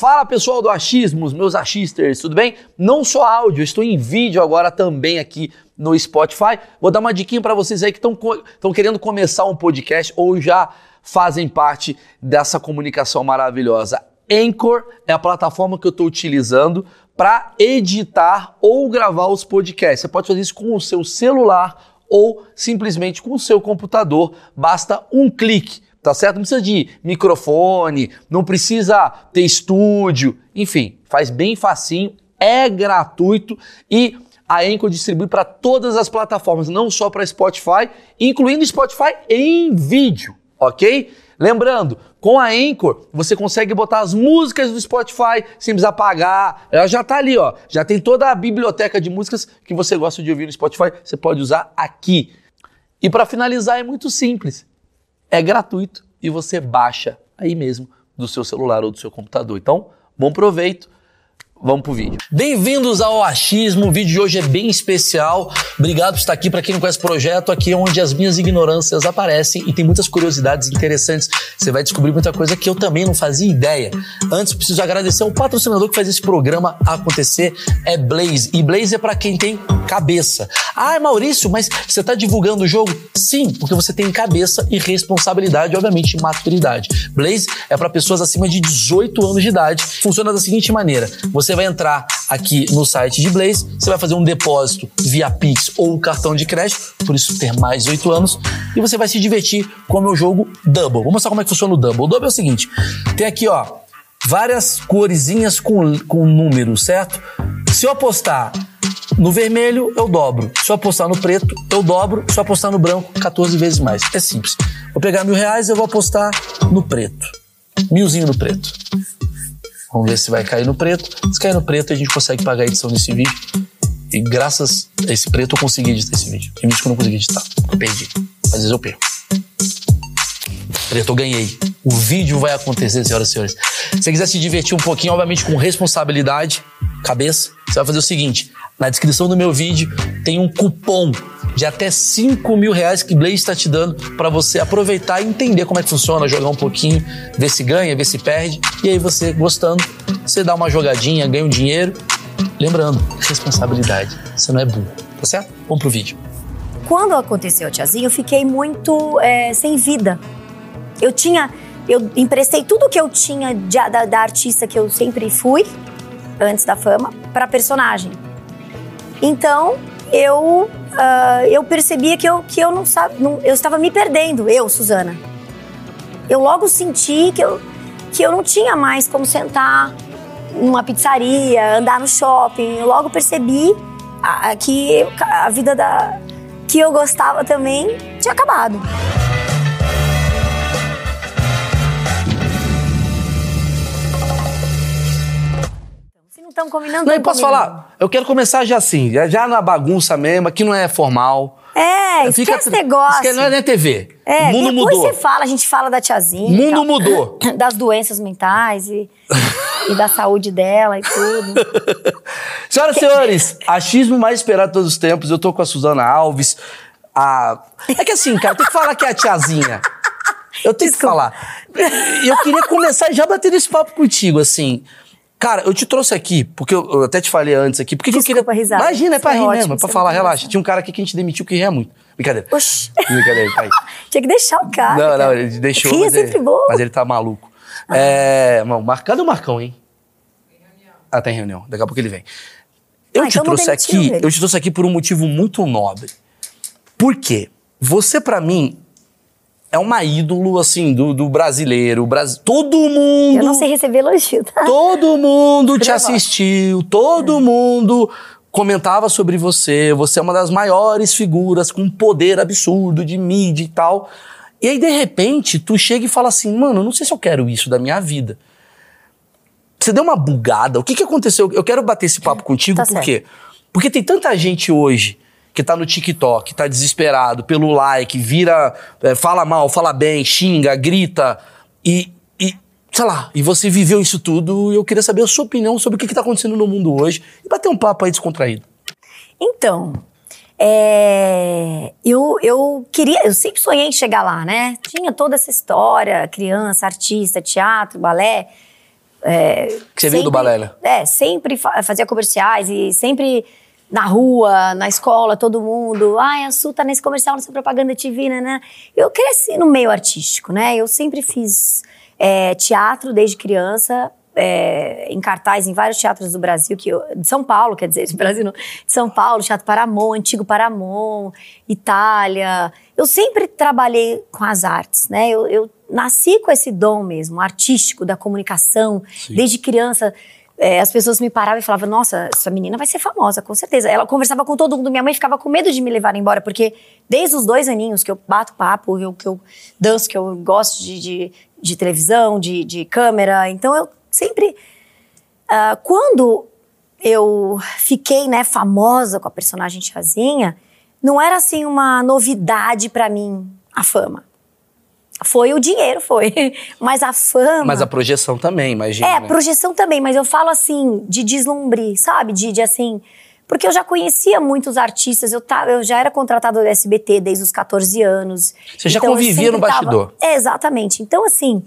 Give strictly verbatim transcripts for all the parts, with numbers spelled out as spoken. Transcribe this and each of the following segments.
Fala pessoal do Achismos, meus achisters, tudo bem? Não só áudio, eu estou em vídeo agora também aqui no Spotify. Vou dar uma diquinha para vocês aí que estão querendo começar um podcast ou já fazem parte dessa comunicação maravilhosa. Anchor é a plataforma que eu estou utilizando para editar ou gravar os podcasts. Você pode fazer isso com o seu celular ou simplesmente com o seu computador. Basta um clique. Tá certo? Não precisa de microfone, não precisa ter estúdio, enfim, faz bem facinho, é gratuito e a Anchor distribui para todas as plataformas, não só para Spotify, incluindo Spotify em vídeo, ok? Lembrando, com a Anchor você consegue botar as músicas do Spotify sem precisar pagar, ela já tá ali, ó, já tem toda a biblioteca de músicas que você gosta de ouvir no Spotify, você pode usar aqui. E para finalizar é muito simples. É gratuito e você baixa aí mesmo do seu celular ou do seu computador. Então, bom proveito. Vamos pro vídeo. Bem-vindos ao Achismo. O vídeo de hoje é bem especial. Obrigado por estar aqui. Para quem não conhece o projeto, aqui é onde as minhas ignorâncias aparecem e tem muitas curiosidades interessantes. Você vai descobrir muita coisa que eu também não fazia ideia. Antes, preciso agradecer ao patrocinador que faz esse programa acontecer, é Blaze. E Blaze é para quem tem cabeça. Ah, Maurício, mas você está divulgando o jogo? Sim, porque você tem cabeça e responsabilidade, obviamente maturidade. Blaze é para pessoas acima de dezoito anos de idade. Funciona da seguinte maneira. Você vai entrar aqui no site de Blaze, você vai fazer um depósito via Pix ou cartão de crédito, por isso ter mais de oito anos, e você vai se divertir com o meu jogo Double. Vou mostrar como é que funciona o Double. O Double é o seguinte, tem aqui ó, várias coresinhas com, com números, certo? Se eu apostar no vermelho, eu dobro. Se eu apostar no preto, eu dobro. Se eu apostar no branco, quatorze vezes mais. É simples. Vou pegar mil reais, eu vou apostar no preto. Milzinho no preto. Vamos ver se vai cair no preto. Se cair no preto, a gente consegue pagar a edição desse vídeo. E graças a esse preto, eu consegui editar esse vídeo. Tem vídeo que eu não consegui editar. Eu perdi. Às vezes eu perco. Preto, eu ganhei. O vídeo vai acontecer, senhoras e senhores. Se você quiser se divertir um pouquinho, obviamente com responsabilidade, cabeça, você vai fazer o seguinte. Na descrição do meu vídeo tem um cupom de até cinco mil reais que Blaze está te dando para você aproveitar e entender como é que funciona, jogar um pouquinho, ver se ganha, ver se perde. E aí você, gostando, você dá uma jogadinha, ganha um dinheiro. Lembrando, responsabilidade. Você não é burro, tá certo? Vamos pro vídeo. Quando aconteceu a tiazinha, eu fiquei muito é, sem vida. Eu tinha... Eu emprestei tudo que eu tinha de, da, da artista que eu sempre fui, antes da fama, pra personagem. Então, eu, uh, eu percebia que, eu, que eu, não, não, eu estava me perdendo, eu, Suzana. Eu logo senti que eu, que eu não tinha mais como sentar numa pizzaria, andar no shopping. Eu logo percebi a, que a vida da, que eu gostava também tinha acabado. Estão combinando. Não, eu posso combinando. falar? Eu quero começar já assim, já, já na bagunça mesmo, aqui não é formal. É, esquece esse negócio. Esquece, não é T V. É, o mundo depois mudou. você fala, a gente fala da tiazinha. O mundo tal, mudou. Das doenças mentais e, e da saúde dela e tudo. Senhoras e que... senhores, achismo mais esperado de todos os tempos. Eu tô com a Suzana Alves. A... É que assim, cara, tem que falar que é a tiazinha. Eu tenho Desculpa. que falar. Eu queria começar já batendo esse papo contigo, assim... Cara, eu te trouxe aqui, porque eu, eu até te falei antes aqui, porque Desculpa, que eu queria... risada. Imagina, é pra é rir ótimo, mesmo, é pra falar, relaxa. Tinha um cara aqui que a gente demitiu que ria muito. Brincadeira. Oxi. Brincadeira, tá aí. Tinha que deixar o cara. Não, cara. não, ele deixou, Ria mas, sempre ele, bom. mas ele tá maluco. Ah. É, mano, Mar... cadê o Marcão, hein? Tem reunião. Ah, tem reunião, daqui a pouco ele vem. Eu ah, te então trouxe aqui, ele. eu te trouxe aqui por um motivo muito nobre. Por quê? Você, pra mim... É uma ídolo, assim, do, do brasileiro. Brasil, todo mundo... Eu não sei receber elogio, tá? Todo mundo te assistiu, todo é. mundo comentava sobre você. Você é uma das maiores figuras com um poder absurdo de mídia e tal. E aí, de repente, tu chega e fala assim, mano, eu não sei se eu quero isso da minha vida. Você deu uma bugada. O que que aconteceu? Eu quero bater esse papo contigo, tá por certo. quê? Porque tem tanta gente hoje... que tá no TikTok, tá desesperado pelo like, vira, é, fala mal, fala bem, xinga, grita, e, e, sei lá, e você viveu isso tudo, e eu queria saber a sua opinião sobre o que que tá acontecendo no mundo hoje, e bater um papo aí descontraído. Então, é, eu, eu queria, eu sempre sonhei em chegar lá, né? Tinha toda essa história, criança, artista, teatro, balé, É, que você veio do balé, né? É, sempre fazia comerciais e sempre na rua, na escola, todo mundo. Ai, a Su tá nesse comercial, nessa propaganda T V, né? Eu cresci no meio artístico, né? Eu sempre fiz é, teatro desde criança, é, em cartaz em vários teatros do Brasil, que eu, de São Paulo, quer dizer, de Brasil não, de São Paulo, Teatro Paramount, Antigo Paramount, Itália. Eu sempre trabalhei com as artes, né? Eu, eu nasci com esse dom mesmo, artístico, da comunicação. Sim. Desde criança, é, as pessoas me paravam e falavam, nossa, essa menina vai ser famosa, com certeza. Ela conversava com todo mundo, minha mãe ficava com medo de me levar embora, porque desde os dois aninhos que eu bato papo, eu, que eu danço, que eu gosto de, de, de televisão, de, de câmera, então eu sempre... Uh, quando eu fiquei, né, famosa com a personagem Tiazinha, não era assim uma novidade pra mim a fama. Foi o dinheiro, foi. Mas a fama... Mas a projeção também, imagina. É, a né? projeção também, mas eu falo assim, de deslumbre, sabe? De, de assim... Porque eu já conhecia muitos artistas, eu, tava, eu já era contratada do S B T desde os catorze anos. Você já então, convivia no bastidor. Tava, é, exatamente. Então, assim,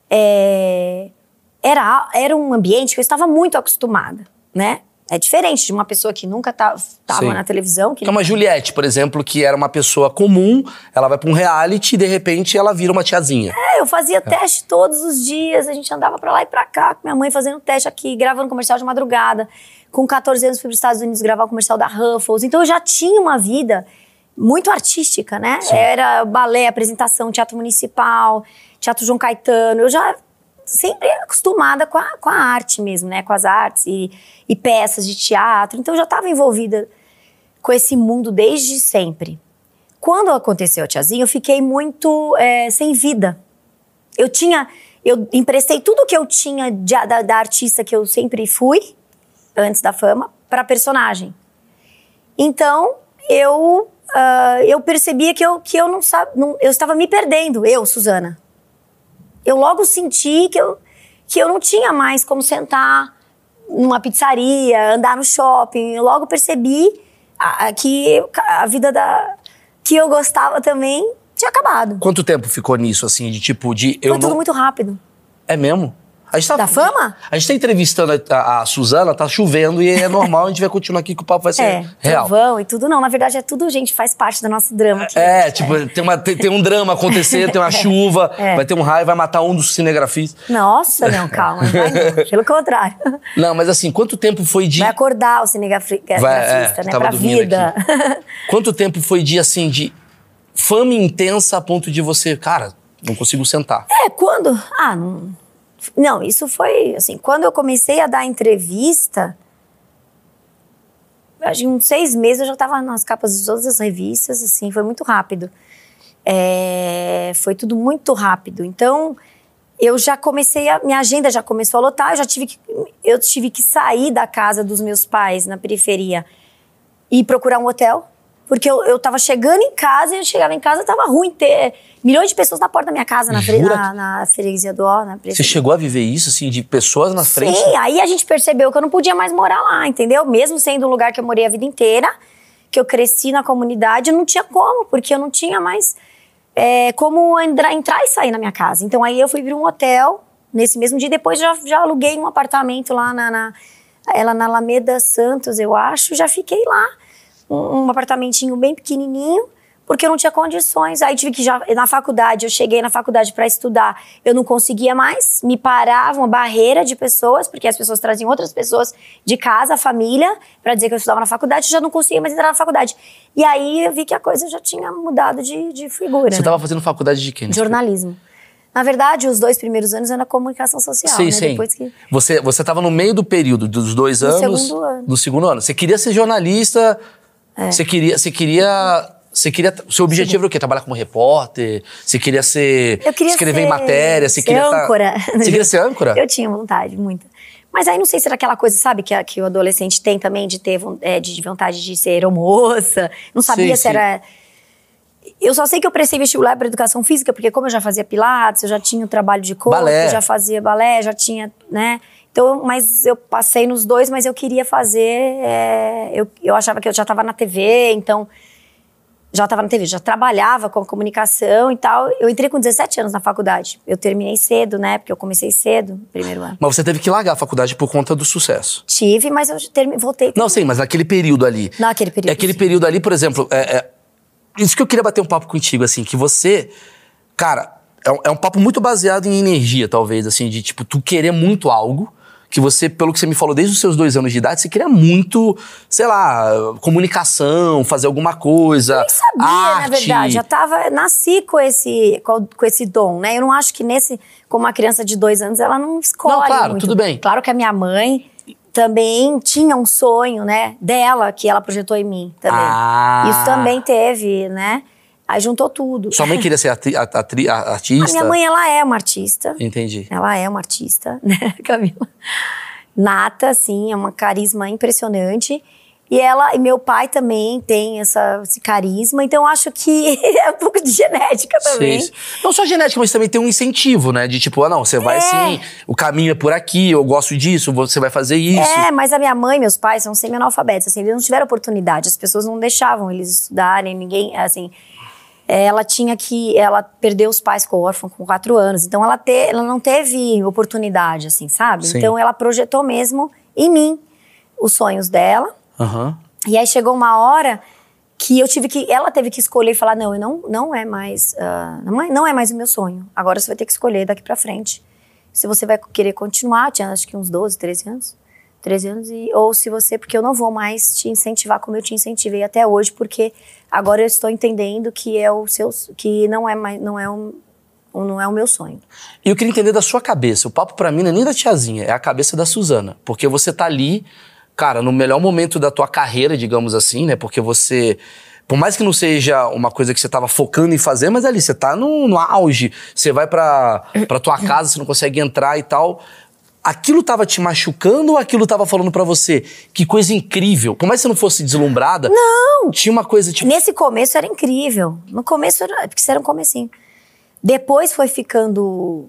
é, era, era um ambiente que eu estava muito acostumada, né? É diferente de uma pessoa que nunca estava na televisão. Que é uma Juliette, por exemplo, que era uma pessoa comum, ela vai pra um reality e de repente ela vira uma tiazinha. É, eu fazia é. teste todos os dias, a gente andava pra lá e pra cá, com minha mãe fazendo teste aqui, gravando comercial de madrugada. Com catorze anos fui pros Estados Unidos gravar o comercial da Ruffles. Então eu já tinha uma vida muito artística, né? Sim. Era balé, apresentação, teatro municipal, teatro João Caetano. Eu já... sempre acostumada com a, com a arte mesmo, né? Com as artes e, e peças de teatro. Então, eu já estava envolvida com esse mundo desde sempre. Quando aconteceu a Tiazinha, eu fiquei muito é, sem vida. Eu tinha... Eu emprestei tudo que eu tinha de, da, da artista que eu sempre fui, antes da fama, para personagem. Então, eu, uh, eu percebia que, eu, que eu, não sabe, não, eu estava me perdendo, eu, Suzana. Eu logo senti que eu, que eu não tinha mais como sentar numa pizzaria, andar no shopping. Eu logo percebi a, a, que a vida da, que eu gostava também tinha acabado. Quanto tempo ficou nisso, assim, de tipo de... Eu Foi tudo não... muito rápido. É mesmo? A gente tá, da fama? A gente tá entrevistando a, a, a Suzana, tá chovendo e é normal, a gente vai continuar aqui que o papo vai ser é, real. Trovão e tudo não, na verdade é tudo, gente, faz parte do nosso drama aqui. É, é tipo, é. Tem, uma, tem, tem um drama acontecendo, tem uma chuva, é. vai ter um raio, vai matar um dos cinegrafistas. Nossa, não, calma, não vai não, pelo contrário. Não, mas assim, quanto tempo foi de... Vai acordar o cinegrafista, é, né, pra vida. Aqui. Quanto tempo foi de, assim, de fama intensa a ponto de você, cara, não consigo sentar? É, quando... Ah, não... Não, isso foi, assim, quando eu comecei a dar entrevista, acho que uns seis meses eu já estava nas capas de todas as revistas, assim, foi muito rápido. É, foi tudo muito rápido. Então, eu já comecei, a, minha agenda já começou a lotar, eu já tive que, eu tive que sair da casa dos meus pais, na periferia, e procurar um hotel. Porque eu, eu tava chegando em casa e eu chegava em casa, tava ruim ter milhões de pessoas na porta da minha casa, na, fre, na, na freguesia do Ó. Você chegou a viver isso, assim, de pessoas na frente? Sim, aí a gente percebeu que eu não podia mais morar lá, entendeu? Mesmo sendo um lugar que eu morei a vida inteira, que eu cresci na comunidade, eu não tinha como, porque eu não tinha mais é, como entrar, entrar e sair na minha casa. Então aí eu fui para um hotel, nesse mesmo dia, depois já, já aluguei um apartamento lá na, na, ela na Alameda Santos, eu acho, já fiquei lá. Um, um apartamentinho bem pequenininho, porque eu não tinha condições. Aí tive que já... Na faculdade, eu cheguei na faculdade para estudar, eu não conseguia mais, me parava uma barreira de pessoas, porque as pessoas traziam outras pessoas de casa, a família, para dizer que eu estudava na faculdade, eu já não conseguia mais entrar na faculdade. E aí eu vi que a coisa já tinha mudado de, de figura. Você estava né? fazendo faculdade de quê? Jornalismo. Na verdade, os dois primeiros anos era comunicação social. Sim, né? sim. Depois que... Você você estava no meio do período dos dois do anos... segundo ano. Do segundo ano. Você queria ser jornalista... É. Você queria, você queria, você queria, seu objetivo Sim. era o quê? Trabalhar como repórter? Você queria ser, eu queria escrever ser, em matéria? Você ser queria âncora. Tá, você queria ser âncora? Eu tinha vontade, muita. Mas aí não sei se era aquela coisa, sabe, que, que o adolescente tem também de ter é, de vontade de ser aeromoça. Não sabia sim, se sim. era... Eu só sei que eu prestei vestibular para educação física, porque como eu já fazia pilates, eu já tinha o trabalho de corpo, balé. Eu já fazia balé, já tinha, né... Então, mas eu passei nos dois, mas eu queria fazer... É, eu, eu achava que eu já estava na T V, então... já estava na T V, já trabalhava com a comunicação e tal. Eu entrei com dezessete anos na faculdade. Eu terminei cedo, né? Porque eu comecei cedo, no primeiro ano. Mas você teve que largar a faculdade por conta do sucesso. Tive, mas eu termi- voltei. Não, sim, mas naquele período ali. Naquele período. É aquele sim. período ali, por exemplo, é, é, isso que eu queria bater um papo contigo, assim, que você, cara, é um, é um papo muito baseado em energia, talvez, assim, de, tipo, tu querer muito algo, que você, pelo que você me falou, desde os seus dois anos de idade, você queria muito, sei lá, comunicação, fazer alguma coisa, Eu nem sabia, arte. na verdade. Já tava, nasci com esse, com, com esse dom, né? Eu não acho que nesse, como uma criança de dois anos, ela não escolhe Não, claro, muito. tudo bem. Claro que a minha mãe também tinha um sonho, né? Dela, que ela projetou em mim também. Ah. Isso também teve, né? Aí juntou tudo. Sua mãe queria ser atri, atri, artista? A minha mãe, ela é uma artista. Entendi. Ela é uma artista, né, Camila? Nata, assim, é uma carisma impressionante. E ela, e meu pai também tem essa, esse carisma, então eu acho que é um pouco de genética também. Sim. Não só genética, mas também tem um incentivo, né? De tipo, ah, não, você vai É. sim, o caminho é por aqui, eu gosto disso, você vai fazer isso. É, mas a minha mãe e meus pais são semi-analfabetos, assim, eles não tiveram oportunidade, as pessoas não deixavam eles estudarem, ninguém, assim... Ela tinha que... Ela perdeu os pais com órfão com quatro anos. Então, ela, te, ela não teve oportunidade, assim, sabe? Sim. Então, ela projetou mesmo em mim os sonhos dela. Uhum. E aí, chegou uma hora que eu tive que... Ela teve que escolher e falar, não, eu não, não, é mais, uh, não, é, não é mais o meu sonho. Agora, você vai ter que escolher daqui pra frente. Se você vai querer continuar, tinha acho que uns doze, treze anos. treze anos, e, ou se você... Porque eu não vou mais te incentivar como eu te incentivei até hoje, porque... Agora eu estou entendendo que é o seu, que não é mais, não é um, não é o meu sonho. E eu queria entender da sua cabeça. O papo pra mim não é nem da tiazinha, é a cabeça da Suzana. Porque você tá ali, cara, no melhor momento da tua carreira, digamos assim, né? Porque você... Por mais que não seja uma coisa que você tava focando em fazer, mas ali, você tá no, no auge. Você vai pra, pra tua casa, você não consegue entrar e tal... Aquilo tava te machucando ou aquilo tava falando pra você? Que coisa incrível. Por mais que você não fosse deslumbrada... Não! Tinha uma coisa tipo... Nesse começo era incrível. No começo era... Porque isso era um comecinho. Depois foi ficando...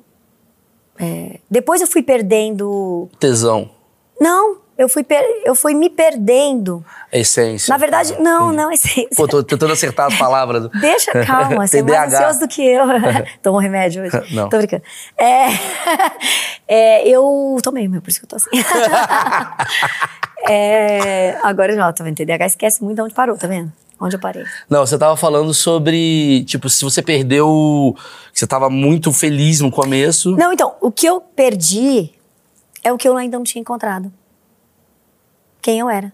É, depois eu fui perdendo... Tesão. Não, eu fui, per, eu fui me perdendo. A essência. Na verdade, Ah, não, entendi. não, essência. Pô, tô tentando acertar as palavras. Deixa, calma, você é mais ansioso do que eu. Tomou um remédio hoje? Não. Tô brincando. É, é, eu tomei, meu, por isso que eu tô assim. é, agora já, tá vendo? T D A H esquece muito de onde parou, tá vendo? Onde eu parei. Não, você tava falando sobre, tipo, se você perdeu... Você tava muito feliz no começo. Não, então, o que eu perdi é o que eu ainda não tinha encontrado. Quem eu era.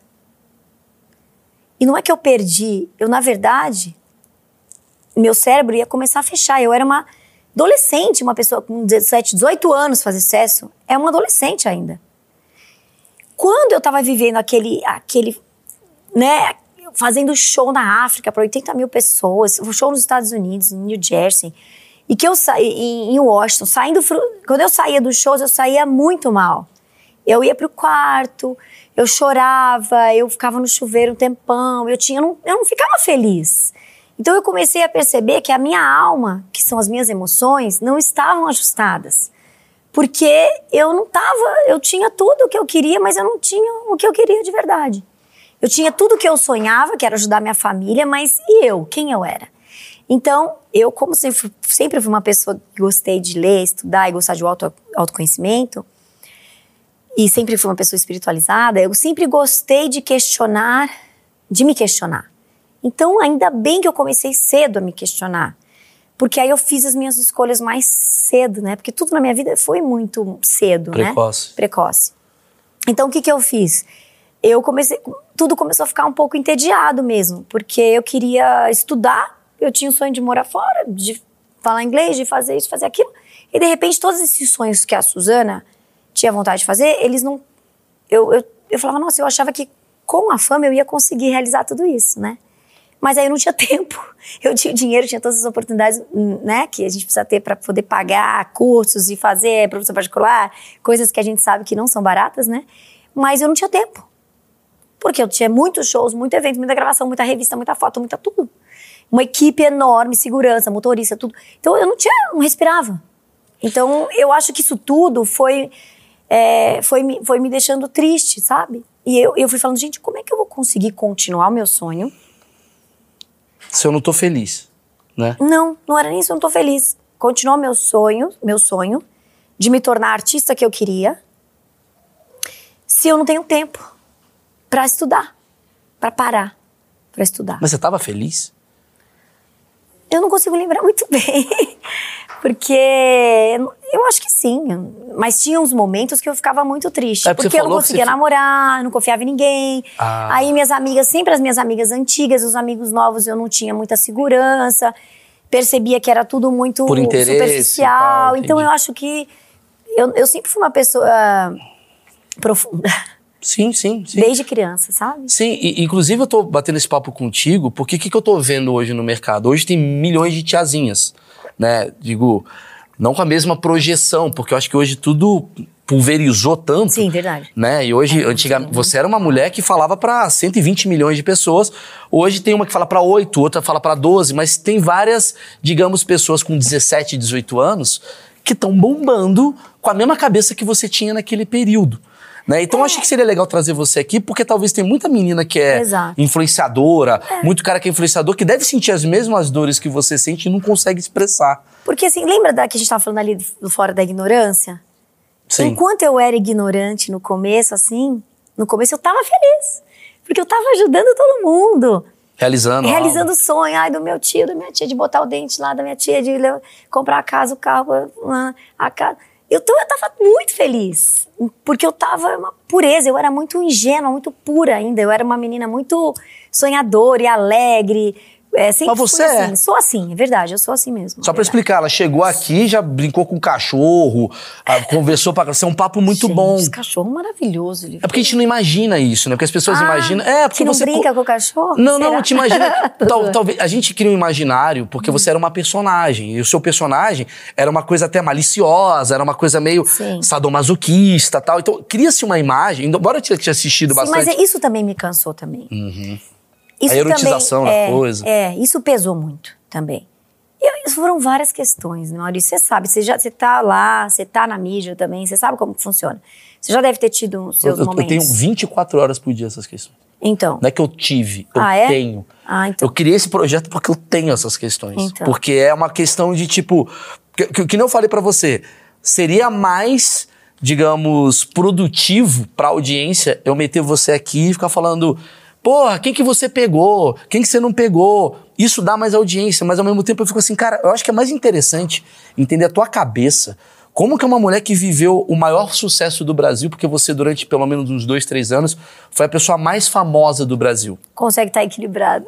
E não é que eu perdi, eu, na verdade, meu cérebro ia começar a fechar. Eu era uma adolescente, uma pessoa com dezessete, dezoito anos fazer sucesso, é uma adolescente ainda. Quando eu tava vivendo aquele, aquele, né, fazendo show na África para oitenta mil pessoas, show nos Estados Unidos, em New Jersey, e que eu saí em, em Washington, saindo, quando eu saía dos shows, eu saía muito mal. Eu ia pro quarto, eu chorava, eu ficava no chuveiro um tempão, eu, tinha, eu, não, eu não ficava feliz. Então eu comecei a perceber que a minha alma, que são as minhas emoções, não estavam ajustadas. Porque eu não tava, eu tinha tudo o que eu queria, mas eu não tinha o que eu queria de verdade. Eu tinha tudo o que eu sonhava, que era ajudar minha família, mas e eu? Quem eu era? Então, eu, como sempre, sempre fui uma pessoa que gostei de ler, estudar e gostar de auto, autoconhecimento, e sempre fui uma pessoa espiritualizada, eu sempre gostei de questionar, de me questionar. Então, ainda bem que eu comecei cedo a me questionar. Porque aí eu fiz as minhas escolhas mais cedo, né? Porque tudo na minha vida foi muito cedo, Precoce. né? Precoce. Então, o que que eu fiz? Eu comecei... Tudo começou a ficar um pouco entediado mesmo. Porque eu queria estudar, eu tinha o sonho de morar fora, de falar inglês, de fazer isso, fazer aquilo. E, de repente, todos esses sonhos que a Suzana tinha vontade de fazer, eles não... Eu, eu, eu falava, nossa, eu achava que com a fama eu ia conseguir realizar tudo isso, né? Mas aí eu não tinha tempo. Eu tinha dinheiro, tinha todas as oportunidades, né, que a gente precisa ter para poder pagar cursos e fazer professor particular, coisas que a gente sabe que não são baratas, né? Mas eu não tinha tempo. Porque eu tinha muitos shows, muito evento, muita gravação, muita revista, muita foto, muita tudo. Uma equipe enorme, segurança, motorista, tudo. Então eu não tinha, não respirava. Então eu acho que isso tudo foi, é, foi, me, foi me deixando triste, sabe? E eu, eu fui falando, gente, como é que eu vou conseguir continuar o meu sonho Se eu não tô feliz, né? Não, não era nem se eu não tô feliz. Continuou meu sonho, meu sonho de me tornar a artista que eu queria, se eu não tenho tempo pra estudar, pra parar pra estudar. Mas você tava feliz? Eu não consigo lembrar muito bem, porque eu acho que sim, mas tinha uns momentos que eu ficava muito triste, É porque porque você eu não falou que conseguia você- namorar, não confiava em ninguém. Ah. Aí minhas amigas, sempre as minhas amigas antigas, os amigos novos, eu não tinha muita segurança, percebia que era tudo muito Por interesse e superficial. tal, Então entendi. eu acho que eu, eu sempre fui uma pessoa profunda, Sim, sim, sim. desde criança, sabe? Sim, e, inclusive eu tô batendo esse papo contigo, porque o que, que eu tô vendo hoje no mercado? Hoje tem milhões de tiazinhas, né? Digo, não com a mesma projeção, porque eu acho que hoje tudo pulverizou tanto. Sim, verdade. Né? E hoje, É, antigamente, sim. você era uma mulher que falava pra cento e vinte milhões de pessoas. Hoje tem uma que fala pra oito, outra fala pra doze, mas tem várias, digamos, pessoas com dezessete, dezoito anos que estão bombando com a mesma cabeça que você tinha naquele período. Né? Então eu achei que seria legal trazer você aqui, porque talvez tem muita menina que é Exato. influenciadora, muito cara que é influenciador, que deve sentir as mesmas dores que você sente e não consegue expressar. Porque assim, lembra da que a gente tava falando ali do Fora da Ignorância? Sim. Enquanto eu era ignorante no começo, assim, no começo eu tava feliz. Porque eu tava ajudando todo mundo. Realizando. Realizando o algo. sonho, ai, do meu tio, da minha tia, de botar o dente lá, da minha tia, de le- comprar a casa, o carro, a, a casa. Eu, tô, eu tava muito feliz. Porque eu tava uma pureza, eu era muito ingênua, muito pura ainda. Eu era uma menina muito sonhadora e alegre. É, sempre Mas você fui é. assim. Sou assim, é verdade, eu sou assim mesmo. Só é pra verdade. explicar, ela chegou aqui, já brincou com o cachorro, ah, conversou pra ser um papo muito Gente, bom. esse cachorro maravilhoso. Ele É porque a gente não imagina isso, né? Porque as pessoas Ah, imaginam. É, porque que não você. brinca com o cachorro? Não, não, Será? te imagina. Tô tal- zoando. talvez a gente cria um imaginário porque você era uma personagem. E o seu personagem era uma coisa até maliciosa, era uma coisa meio Sim. sadomasoquista tal. Então, cria-se uma imagem. Embora eu tenha tenha assistido Sim, bastante. mas é- isso também me cansou também. Uhum. Isso A erotização também, da é, coisa. É, isso pesou muito também. E isso foram várias questões, né, Maurício? Você sabe, você já você tá lá, você tá na mídia também, você sabe como que funciona. Você já deve ter tido os seus eu, eu momentos. tenho vinte e quatro horas por dia essas questões. Então. Não é que eu tive, eu Ah, é? tenho. Ah, então. Eu criei esse projeto porque eu tenho essas questões. Então. Porque é uma questão de tipo. Que, que, que nem eu falei pra você. Seria mais, digamos, produtivo pra audiência eu meter você aqui e ficar falando. Porra, quem que você pegou? Quem que você não pegou? Isso dá mais audiência, mas ao mesmo tempo eu fico assim, cara, eu acho que é mais interessante entender a tua cabeça. Como que é uma mulher que viveu o maior sucesso do Brasil, porque você durante pelo menos uns dois, três anos foi a pessoa mais famosa do Brasil. Consegue estar equilibrado.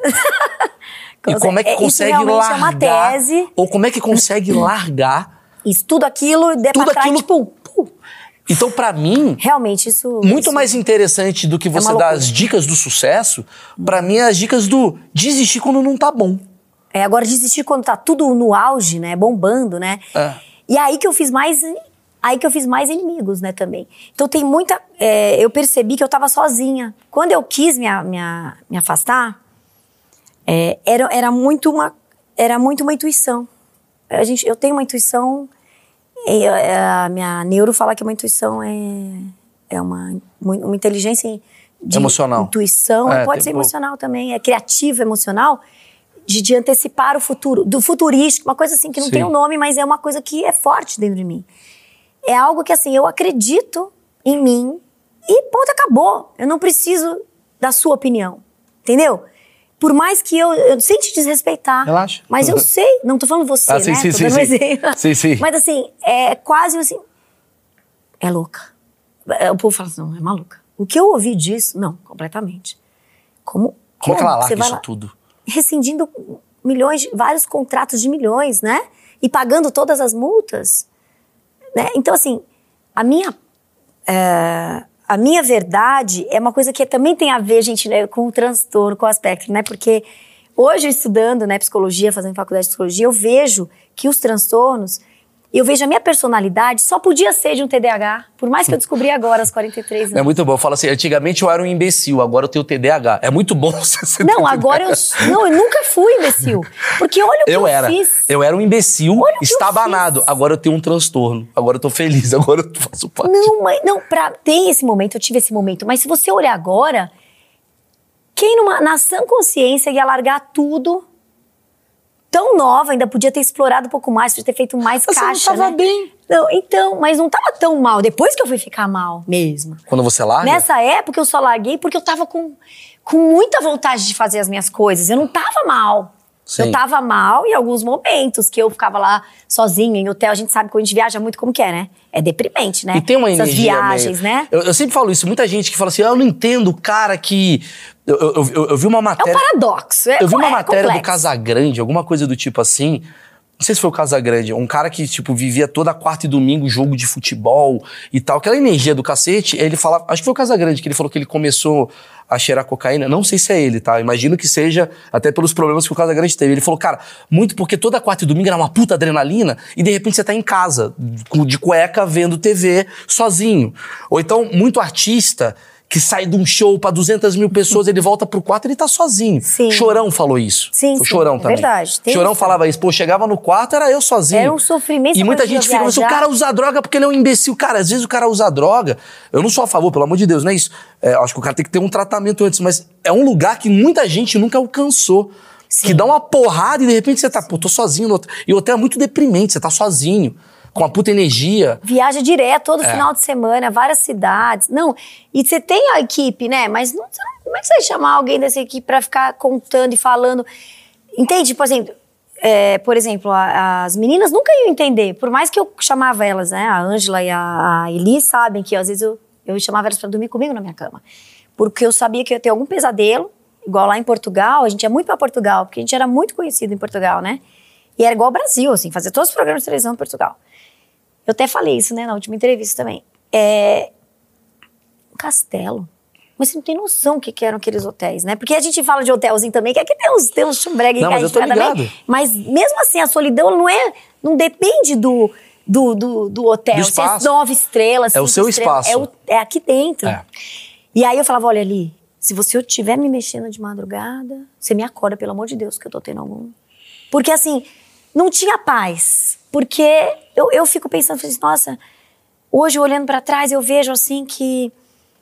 E como é que Isso consegue realmente largar? é uma tese. Ou como é que consegue largar? Isso, tudo aquilo, der Tudo pra trás, aquilo- tipo, pum. Então, pra mim, Realmente, isso... muito isso- mais interessante do que uma você dar loucura. as dicas do sucesso, pra mim é as dicas do desistir quando não tá bom. É, agora desistir quando tá tudo no auge, né? Bombando, né? É. E aí que eu fiz mais... Aí que eu fiz mais inimigos, né, também. Então tem muita... é, eu percebi que eu tava sozinha. Quando eu quis me, a- me, a- me afastar, é, era, era, muito uma, era muito uma intuição. A gente, eu tenho uma intuição... e, é, a minha neuro fala que uma intuição é, é uma, uma inteligência de Emocional. intuição. É, pode tem ser pouco. emocional também. É criativa, emocional. De, de antecipar o futuro. Do futurístico. Uma coisa assim que não Sim. tem um nome, mas é uma coisa que é forte dentro de mim. É algo que, assim, eu acredito em mim e ponto, acabou. Eu não preciso da sua opinião, entendeu? Por mais que eu, eu sem te desrespeitar. Relaxa. Mas eu sei, não tô falando você, Ah, né? sim, sim, tô sim, dando um sim. exemplo. Sim, sim. Mas assim, é quase assim, é louca. O povo fala assim, não, é maluca. O que eu ouvi disso, não, completamente. Como, Como é que ela Você larga vai isso lá tudo? rescindindo milhões, de- vários contratos de milhões, né? E pagando todas as multas. Né? Então, assim, a minha, é, a minha verdade é uma coisa que também tem a ver, gente, né, com o transtorno, com o aspecto, né? Porque hoje, estudando, né, psicologia, fazendo faculdade de psicologia, eu vejo que os transtornos, eu vejo a minha personalidade só podia ser de um T D A H, por mais que eu descobri agora, aos quarenta e três anos. É muito bom. Eu falo assim, antigamente eu era um imbecil, agora eu tenho T D A H. É muito bom você ser Não, agora eu... Não, eu nunca fui imbecil. Porque olha o que eu, Eu era. fiz. Eu era um imbecil, Olha o que eu estabanado. fiz. Agora eu tenho um transtorno. Agora eu tô feliz. Agora eu faço parte. Não, mas não, pra, tem esse momento, eu tive esse momento, mas se você olhar agora, quem numa, na sã consciência ia largar tudo tão nova, ainda podia ter explorado um pouco mais, podia ter feito mais Você caixa, não tava né? bem. Não, então, mas não tava tão mal. Depois que eu fui ficar mal mesmo. Quando você larga? Nessa época eu só larguei porque eu tava com, com muita vontade de fazer as minhas coisas. Eu não tava mal. Sim. Eu tava mal em alguns momentos, que eu ficava lá sozinha em hotel. A gente sabe que quando a gente viaja muito como que é, né? É deprimente, né? E tem uma Essas energia viagens, meio... né? Eu, eu sempre falo isso, muita gente que fala assim, ah, eu não entendo o cara que... Eu, eu, eu, eu vi uma É um matéria... paradoxo. É, eu vi uma é matéria complexo. do Casagrande, alguma coisa do tipo assim... Não sei se foi o Casagrande, um cara que, tipo, vivia toda quarta e domingo jogo de futebol e tal. Aquela energia do cacete, ele falava... Acho que foi o Casagrande que ele falou que ele começou a cheirar cocaína. Não sei se é ele, tá? Imagino que seja, até pelos problemas que o Casagrande teve. Ele falou, cara, muito porque toda quarta e domingo era uma puta adrenalina e de repente você tá em casa, de cueca, vendo T V, sozinho. Ou então, muito artista... que sai de um show pra duzentas mil pessoas, ele volta pro quarto e ele tá sozinho. Sim. Chorão falou isso. Sim, o sim, Chorão é também. verdade, tem Chorão isso. falava isso. Pô, chegava no quarto, era eu sozinho. Era um sofrimento. E muita quando gente eu fica, mas o viajar. cara usa droga porque ele é um imbecil. Cara, às vezes o cara usa droga. Eu não sou a favor, pelo amor de Deus, não é isso. É, acho que o cara tem que ter um tratamento antes, mas é um lugar que muita gente nunca alcançou. Sim. Que dá uma porrada e de repente você tá, pô, tô sozinho no hotel. E o hotel é muito deprimente, você tá sozinho. Com a puta energia. Viaja direto, todo É. final de semana, várias cidades. Não, e você tem a equipe, né? Mas não, você não- como é que você vai chamar alguém dessa equipe pra ficar contando e falando? Entende? Por exemplo, é, por exemplo, a- as meninas nunca iam entender. Por mais que eu chamava elas, né? A Ângela e a, a Eli sabem que às vezes eu, eu chamava elas pra dormir comigo na minha cama. Porque eu sabia que eu ia ter algum pesadelo. Igual lá em Portugal, a gente ia muito pra Portugal, porque a gente era muito conhecido em Portugal, né? E era igual ao Brasil, assim, fazer todos os programas de televisão em Portugal. Eu até falei isso, né, na última entrevista também. É... Um castelo. Mas você não tem noção o que, que eram aqueles hotéis, né? Porque a gente fala de hotelzinho também, que aqui tem uns, tem uns chumbregues Não, que a mas eu gente tô vai ligado. também. Mas mesmo assim, a solidão não é... Não depende do, do, do, do hotel. Do Se é espaço. nove estrelas, É o cinco seu estrelas, espaço. É, o- é aqui dentro. É. E aí eu falava, olha ali, se você estiver me mexendo de madrugada, você me acorda, pelo amor de Deus, que eu tô tendo algum... Porque assim, não tinha paz. Porque eu, eu fico pensando, assim, nossa, hoje olhando pra trás eu vejo assim que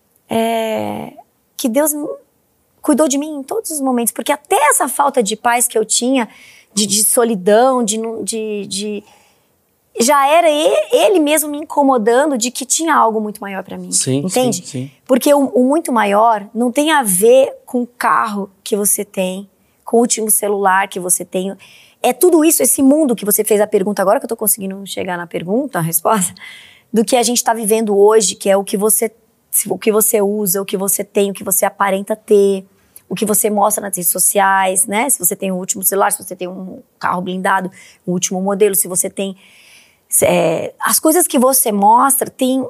é, que Deus cuidou de mim em todos os momentos. Porque até essa falta de paz que eu tinha, de, de solidão, de, não- de, de já era ele, ele mesmo me incomodando de que tinha algo muito maior pra mim. Sim, entende? sim, sim. Porque o, o muito maior não tem a ver com o carro que você tem, com o último celular que você tem. É tudo isso, esse mundo que você fez a pergunta agora, que eu tô conseguindo chegar na pergunta, a resposta, do que a gente tá vivendo hoje, que é o que você, o que você usa, o que você tem, o que você aparenta ter, o que você mostra nas redes sociais, né? Se você tem o último celular, se você tem um carro blindado, o último modelo, se você tem... É, as coisas que você mostra tem...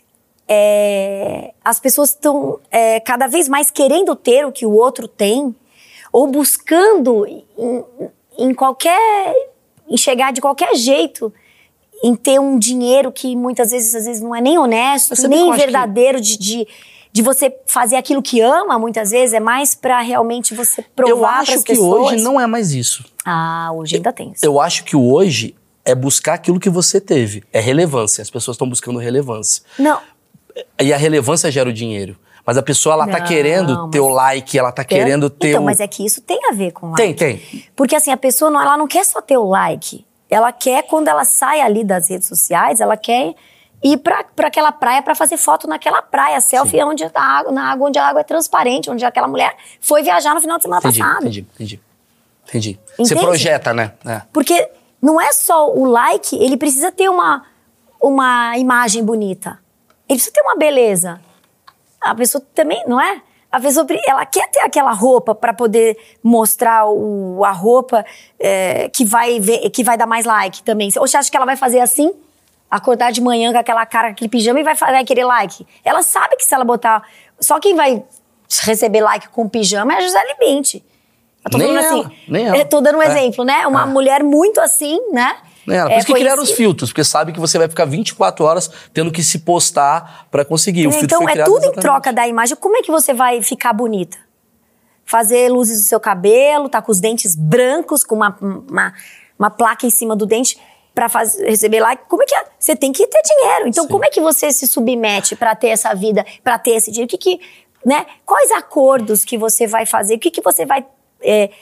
É, as pessoas estão é, cada vez mais querendo ter o que o outro tem, ou buscando em, em qualquer... em chegar de qualquer jeito em ter um dinheiro que muitas vezes, às vezes não é nem honesto, Mas sabe que eu nem acho que- verdadeiro de, de, de você fazer aquilo que ama, muitas vezes, é mais pra realmente você Eu provar acho pras que pessoas. hoje não é mais isso. Ah, hoje ainda tem isso. Eu acho que o hoje é buscar aquilo que você teve. É relevância. As pessoas estão buscando relevância. Não, E a relevância gera o dinheiro. Mas a pessoa, ela tá Não, querendo mas- ter o like, ela tá querendo ter então, o... mas é que isso tem a ver com like. Tem, tem. Porque assim, a pessoa não, ela não quer só ter o like. Ela quer, quando ela sai ali das redes sociais, ela quer ir pra, pra aquela praia pra fazer foto naquela praia. Selfie onde a água, na água onde a água é transparente, onde aquela mulher foi viajar no final de semana Entendi, passado. entendi, entendi. Entendi. Você Entende? projeta, né? É. Porque não é só o like, ele precisa ter uma, uma imagem bonita. Ele precisa ter uma beleza. A pessoa também, não é? A pessoa, ela quer ter aquela roupa para poder mostrar o, a roupa é, que, vai ver, que vai dar mais like também. Ou você acha que ela vai fazer assim? Acordar de manhã com aquela cara, aquele pijama e vai, vai querer like? Ela sabe que se ela botar... Só quem vai receber like com pijama é a Gisele Bündchen. Eu tô Nem falando ela, assim, nem ela. eu tô dando um É. exemplo, né? Uma É. mulher muito assim, né? É, por É, isso que criaram os conhecida. filtros, porque sabe que você vai ficar vinte e quatro horas tendo que se postar pra conseguir. O filtro Então, foi é criado tudo em exatamente. troca da imagem. Como é que você vai ficar bonita? Fazer luzes no seu cabelo, tá com os dentes brancos, com uma, uma, uma placa em cima do dente pra fazer, receber like. Como é que é? Você tem que ter dinheiro. Então, Sim. como é que você se submete pra ter essa vida, pra ter esse dinheiro? O que que, né? Quais acordos que você vai fazer? O que que você vai... é,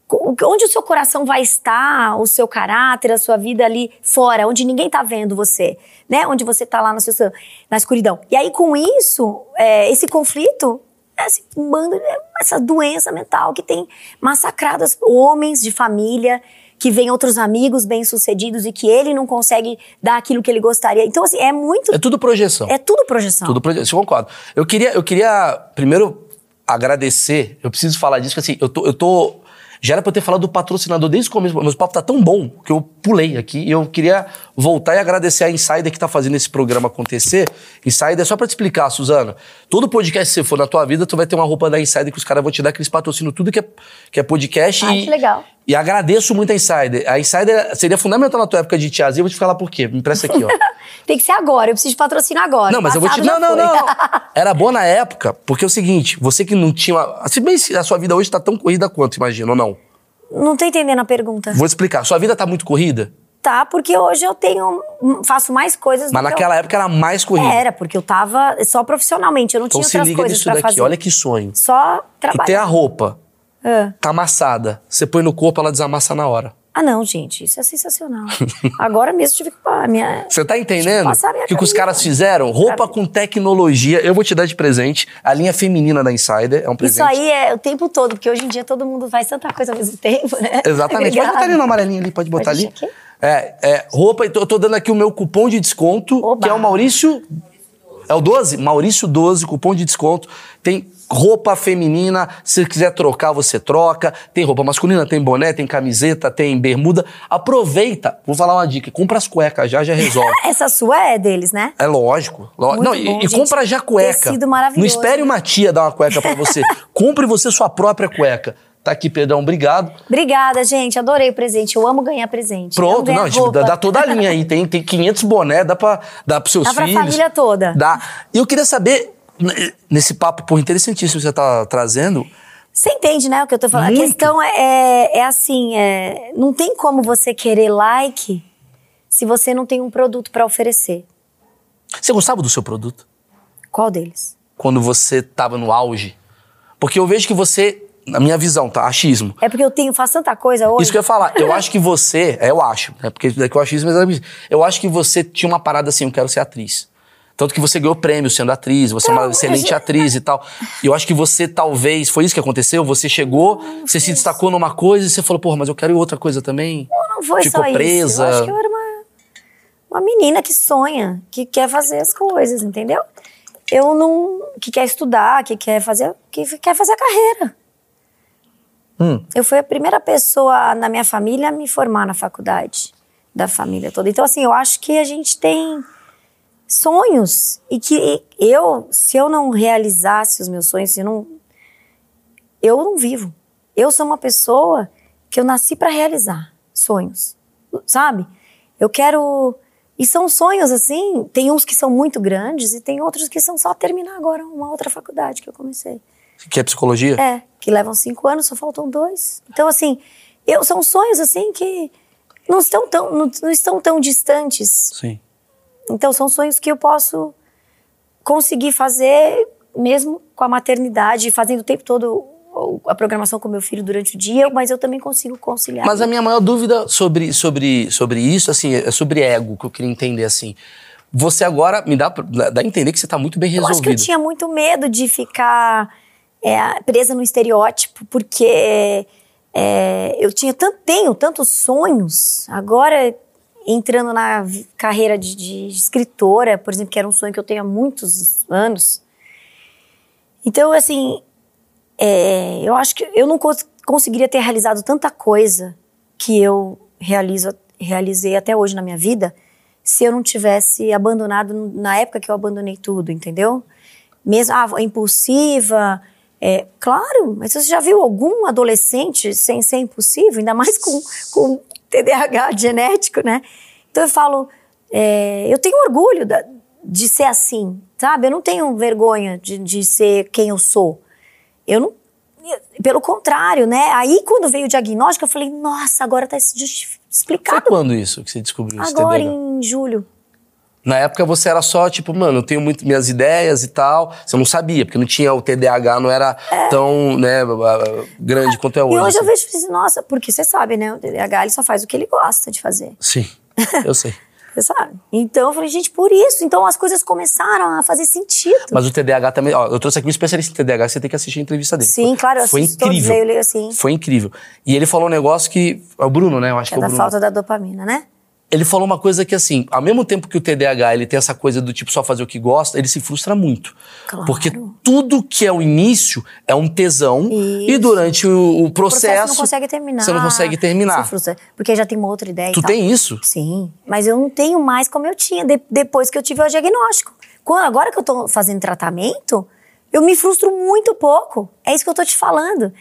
onde o seu coração vai estar, o seu caráter, a sua vida ali fora, onde ninguém tá vendo você, né? Onde você tá lá no seu, na escuridão. E aí, com isso, é, esse conflito, esse bando, essa doença mental que tem massacrado os homens de família, que vem outros amigos bem-sucedidos e que ele não consegue dar aquilo que ele gostaria. Então, assim, é muito... É tudo projeção. É tudo projeção. Tudo projeção, eu concordo. Eu queria, eu queria primeiro agradecer, eu preciso falar disso, que assim, eu tô... Eu tô já era pra eu ter falado do patrocinador desde o começo, mas o papo tá tão bom que eu pulei aqui e eu queria voltar e agradecer a Insider que tá fazendo esse programa acontecer. Insider, só pra te explicar, Suzana, todo podcast que você for na tua vida, tu vai ter uma roupa da Insider que os caras vão te dar, que eles patrocinam tudo que é, que é podcast. Ai, e, que legal. E agradeço muito a Insider. A Insider seria fundamental na tua época de tiazinha, eu vou te falar por quê. Me empresta aqui, ó. Tem que ser agora, eu preciso de patrocínio agora. Não, mas eu vou te... Não, não, não, não. Era boa na época, porque é o seguinte, você que não tinha... Se bem a sua vida hoje tá tão corrida quanto, imagina, ou não? Não tô entendendo a pergunta. Vou explicar. Sua vida tá muito corrida? Tá, porque hoje eu tenho... Faço mais coisas Mas do que naquela eu... época era mais corrida. Era, porque eu tava só profissionalmente, eu não então tinha se outras liga coisas nisso pra daqui. fazer. Olha que sonho. Só trabalhar. Tu tem a roupa, Ah. tá amassada. Você põe no corpo, ela desamassa na hora. Ah, não, gente, isso é sensacional. Agora mesmo tive que... A minha... Você tá entendendo passar a minha o que, que os camisa. caras fizeram? Roupa Pra- com tecnologia. Eu vou te dar de presente. A linha feminina da Insider é um presente. Isso aí é o tempo todo, porque hoje em dia todo mundo faz tanta coisa ao mesmo tempo, né? Exatamente. Pode botar ali no amarelinho ali, pode botar Pode ali. deixar aqui? É, é, roupa, eu tô, eu tô dando aqui o meu cupom de desconto, Oba. que é o Maurício... É o doze? Maurício doze, cupom de desconto. Tem roupa feminina, se quiser trocar, você troca. Tem roupa masculina, tem boné, tem camiseta, tem bermuda. Aproveita, vou falar uma dica, compra as cuecas já, já resolve. Essa sua é deles, né? É lógico. Lo- Muito Não, bom, e, e gente. compra já cueca. Tecido maravilhoso. Não espere uma tia dar uma cueca pra você. Compre você sua própria cueca. Tá aqui, Pedrão, obrigado. Obrigada, gente. Adorei o presente. Eu amo ganhar presente. Pronto, Amo ganhar não, tipo, dá, roupa. dá toda a linha aí. Tem, tem quinhentos boné, dá pra dar pros seus Dá pra filhos. família toda. Dá. E eu queria saber, n- nesse papo, pô, interessantíssimo que você tá trazendo, Você entende, né, o que eu tô falando? Muito. A questão é, é, é assim, é, não tem como você querer like se você não tem um produto pra oferecer. você gostava do seu produto? Qual deles? Quando você tava no auge? Porque eu vejo que você, na minha visão, tá? Achismo. É porque eu tenho, faço tanta coisa hoje. Isso que eu ia falar. Eu acho que você... É, eu acho. É porque é que eu acho isso, mas é- eu acho que você tinha uma parada assim, eu quero ser atriz. Tanto que você ganhou prêmio sendo atriz, você é uma Então, excelente eu- atriz e tal. E eu acho que você talvez... Foi isso que aconteceu? Você chegou, você se destacou numa coisa e você falou, porra, mas eu quero outra coisa também. Não foi Ficou só presa. isso. Eu acho que eu era uma, uma menina que sonha, que quer fazer as coisas, entendeu? Eu não... Que quer estudar, que quer fazer... Que quer fazer a carreira. Hum. Eu fui a primeira pessoa na minha família a me formar na faculdade. Da família toda. Então, assim, eu acho que a gente tem sonhos. E que eu, se eu não realizasse os meus sonhos, se eu não... Eu não vivo. Eu sou uma pessoa que eu nasci pra realizar sonhos. Sabe? Eu quero... E são sonhos, assim, tem uns que são muito grandes e tem outros que são só terminar agora uma outra faculdade que eu comecei. Que é psicologia? É, que levam cinco anos, só faltam dois. Então, assim, eu, são sonhos, assim, que não estão tão, não, não estão tão distantes. Sim. Então, são sonhos que eu posso conseguir fazer mesmo com a maternidade, fazendo o tempo todo a programação com meu filho durante o dia, mas eu também consigo conciliar. Mas a minha maior dúvida sobre, sobre, sobre isso, assim, é sobre ego, que eu queria entender, assim. Você agora me dá, dá a entender que você tá muito bem Eu resolvido. acho que eu tinha muito medo de ficar é, presa no estereótipo, porque é, eu tinha tanto, tenho tantos sonhos. Agora, entrando na vi- carreira de, de escritora, por exemplo, que era um sonho que eu tenho há muitos anos. Então, assim, é, eu acho que eu não cons- conseguiria ter realizado tanta coisa que eu realizo, realizei até hoje na minha vida se eu não tivesse abandonado na época que eu abandonei tudo, entendeu? Mesmo, ah, impulsiva, é, claro, mas você já viu algum adolescente sem ser impulsivo? Ainda mais com, com T D A H genético, né? Então eu falo, é, eu tenho orgulho da, de ser assim, sabe? Eu não tenho vergonha de, de ser quem eu sou. Eu não... Pelo contrário, né? Aí quando veio o diagnóstico, eu falei, nossa, agora tá justi- Foi explicado. quando isso que você descobriu esse Agora, T D A H? em julho. Na época você era só, tipo, mano, eu tenho muito minhas ideias e tal. Você não sabia, porque não tinha o T D A H, não era é. tão, né, grande é. quanto é hoje. E hoje assim. eu vejo assim, nossa, porque você sabe, né? O T D A H, ele só faz o que ele gosta de fazer. Sim, eu sei. Você sabe? Então eu falei, gente, por isso. Então as coisas começaram a fazer sentido. Mas o T D A H também... Ó, eu trouxe aqui um especialista em T D A H, você tem que assistir a entrevista dele. Sim, claro, eu Foi assisto incrível. todos, eu leio assim. Foi incrível. E ele falou um negócio que... É o Bruno, né? Eu acho é que é o da Bruno. falta da dopamina, né? Ele falou uma coisa que, assim, ao mesmo tempo que o T D A H ele tem essa coisa do tipo só fazer o que gosta, ele se frustra muito. Claro. Porque tudo que é o início é um tesão. Isso. E durante o, o processo... O processo não consegue terminar. Você não consegue terminar. Se frustra. Porque já tem uma outra ideia. Tu e tal. tem isso? Sim. Mas eu não tenho mais como eu tinha de, depois que eu tive o diagnóstico. Quando, agora que eu tô fazendo tratamento, eu me frustro muito pouco. É isso que eu tô te falando.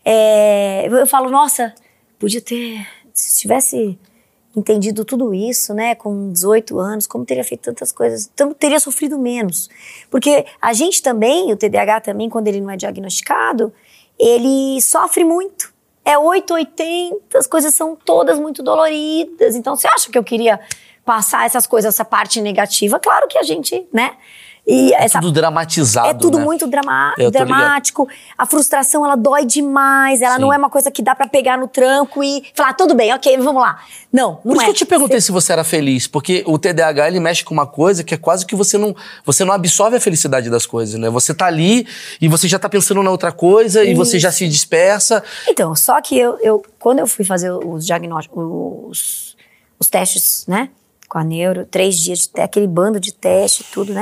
É, eu falo, nossa, podia ter... Se tivesse... entendido tudo isso, né, com dezoito anos, como teria feito tantas coisas, então teria sofrido menos. Porque a gente também, o T D A H também, quando ele não é diagnosticado, ele sofre muito. É oito ou oitenta, as coisas são todas muito doloridas. Então, você acha que eu queria passar essas coisas, essa parte negativa? Claro que a gente, né... E é essa, tudo dramatizado, É tudo né? muito drama, dramático. A frustração, ela dói demais. Ela Sim. não é uma coisa que dá pra pegar no tranco e falar, tudo bem, ok, vamos lá. Não, não Por isso é. que eu te perguntei você... se você era feliz. Porque o T D A H, ele mexe com uma coisa que é quase que você não... Você não absorve a felicidade das coisas, né? Você tá ali e você já tá pensando na outra coisa isso. E você já se dispersa. Então, só que eu, eu quando eu fui fazer os diagnósticos, os, os testes, né? Com a neuro, três dias de aquele bando de teste e tudo, né?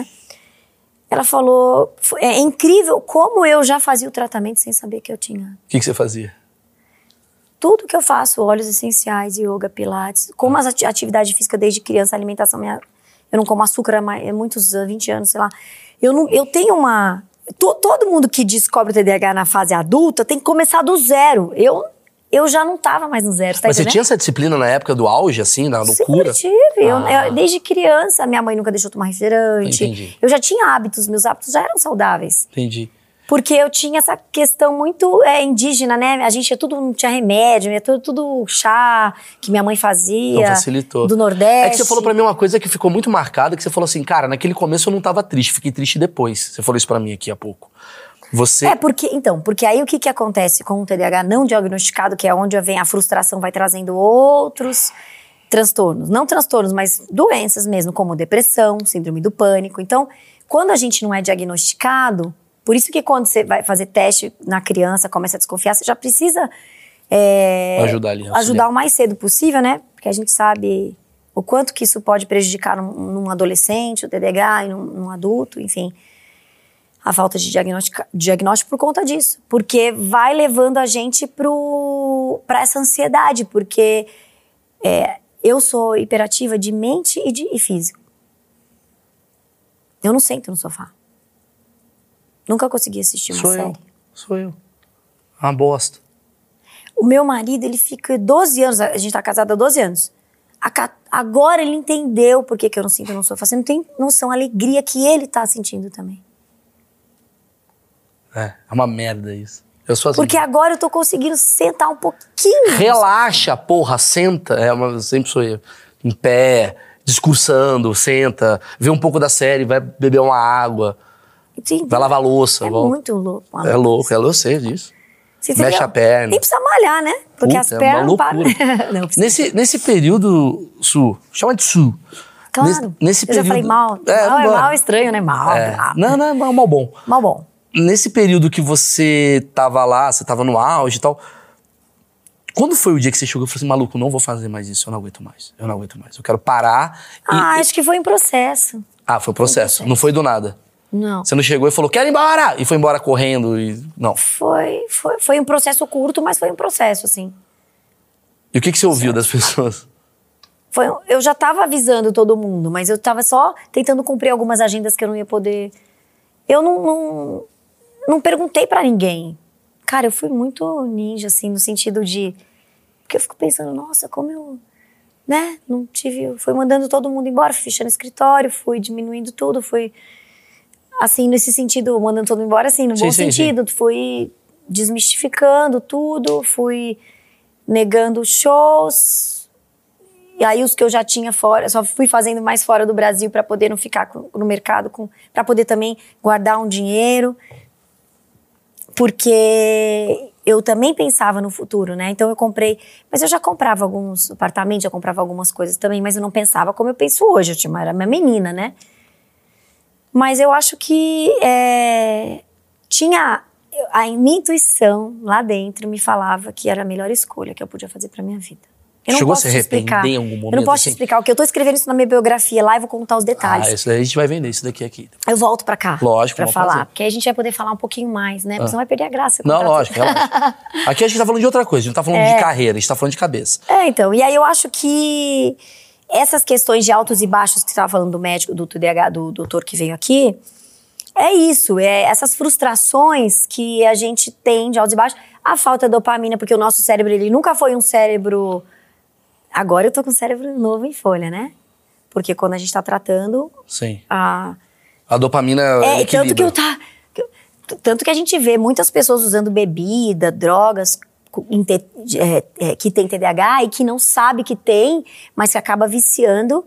Ela falou, é incrível como eu já fazia o tratamento sem saber que eu tinha. O que, que você fazia? Tudo que eu faço, óleos essenciais, yoga, pilates, como as atividade física desde criança, alimentação, minha, eu não como açúcar há muitos anos, vinte anos, sei lá. Eu, não, eu tenho uma... To, todo mundo que descobre o T D A H na fase adulta tem que começar do zero. Eu... Eu já não tava mais no zero, tá Mas entendendo? Você tinha essa disciplina na época do auge, assim, da loucura? Sempre tive. Ah. Eu, eu, desde criança, minha mãe nunca deixou tomar refrigerante. Entendi. Eu já tinha hábitos, meus hábitos já eram saudáveis. Entendi. Porque eu tinha essa questão muito é, indígena, né? A gente é tudo, não tinha remédio, é tudo, tudo chá que minha mãe fazia. Então facilitou. Do Nordeste. É que você falou pra mim uma coisa que ficou muito marcada, que você falou assim, cara, naquele começo eu não tava triste, fiquei triste depois. Você falou isso pra mim aqui há pouco. Você... É, porque, então, porque aí o que que acontece com o T D A H não diagnosticado, que é onde vem a frustração, vai trazendo outros transtornos. Não transtornos, mas doenças mesmo, como depressão, síndrome do pânico. Então, quando a gente não é diagnosticado, por isso que quando você vai fazer teste na criança, começa a desconfiar, você já precisa é, ajudar, ali, ajudar o mais cedo possível, né? Porque a gente sabe o quanto que isso pode prejudicar num, num adolescente, o T D A H, e num, num adulto, enfim... A falta de diagnóstico, diagnóstico por conta disso. Porque vai levando a gente para essa ansiedade. Porque é, eu sou hiperativa de mente e, de, e físico. Eu não sento no sofá. Nunca consegui assistir uma sou série. Eu, sou eu. Uma bosta. O meu marido, ele fica doze anos, a gente tá casado há doze anos. A, agora ele entendeu por que, que eu não sinto no sofá. Você não tem noção, a alegria que ele tá sentindo também. É, é uma merda isso. Eu sou assim. Porque agora eu tô conseguindo sentar um pouquinho. Relaxa, porra, senta. É, uma, sempre sou eu. Em pé, discursando, senta, vê um pouco da série, vai beber uma água, Entendi. Vai lavar a louça. É volta. muito louco. É louco, é louco, eu sei disso. Você Mexe a perna. Nem precisa malhar, né? Porque Puta, as pernas é não param. não, nesse, nesse período, Su, chama de Su. Claro. Nesse, nesse eu período, já falei mal. É, mal é mal estranho, né? Mal. É. Não, não, é mal, mal bom. Mal bom. Nesse período que você tava lá, você tava no auge e tal, quando foi o dia que você chegou e falou assim, maluco, não vou fazer mais isso, eu não aguento mais, eu não aguento mais, eu quero parar. Ah, e, acho que foi em processo. Ah, foi um processo, não foi do nada. Não. Você não chegou e falou, quero ir embora! E foi embora correndo e... Não. Foi, foi, foi um processo curto, mas foi um processo, assim. E o que, que você ouviu das pessoas? Foi, eu já tava avisando todo mundo, mas eu tava só tentando cumprir algumas agendas que eu não ia poder... Eu não, não, não perguntei pra ninguém. Cara, eu fui muito ninja, assim, no sentido de... Porque eu fico pensando, nossa, como eu... Né? Não tive... Fui mandando todo mundo embora, fui fechando escritório, fui diminuindo tudo, fui... Assim, nesse sentido, mandando todo mundo embora, assim, no sim, bom sim, sentido. Sim. Fui desmistificando tudo, fui negando shows. E aí os que eu já tinha fora, só fui fazendo mais fora do Brasil para poder não ficar com, no mercado, para poder também guardar um dinheiro. Porque eu também pensava no futuro, né? Então eu comprei, mas eu já comprava alguns apartamentos, já comprava algumas coisas também, mas eu não pensava como eu penso hoje. Eu tinha, era minha menina, né? Mas eu acho que é, tinha a minha intuição lá dentro me falava que era a melhor escolha que eu podia fazer pra minha vida. Eu não Chegou posso a se te arrepender explicar. em algum momento? Eu não posso assim? te explicar. O que eu tô escrevendo isso na minha biografia lá e vou contar os detalhes. Ah, isso daí a gente vai vender, isso daqui aqui. Eu volto pra cá. Lógico, pra vamos falar. fazer. Porque aí a gente vai poder falar um pouquinho mais, né? Porque Ah. senão vai perder a graça. Não, contar lógico, tudo. relaxa. Aqui a gente tá falando de outra coisa, a gente não tá falando É. de carreira, a gente tá falando de cabeça. É, então. E aí eu acho que essas questões de altos e baixos que você estava falando do médico, do T D A H, do doutor que veio aqui, é isso. É essas frustrações que a gente tem de altos e baixos. A falta de dopamina, porque o nosso cérebro, ele nunca foi um cérebro... Agora eu tô com o cérebro novo em folha, né? Porque quando a gente tá tratando... Sim. A, A dopamina é, equilibra. tanto que eu tá... que eu- Tanto que a gente vê muitas pessoas usando bebida, drogas, com- em te- é, é, que tem T D A H e que não sabe que tem, mas que acaba viciando.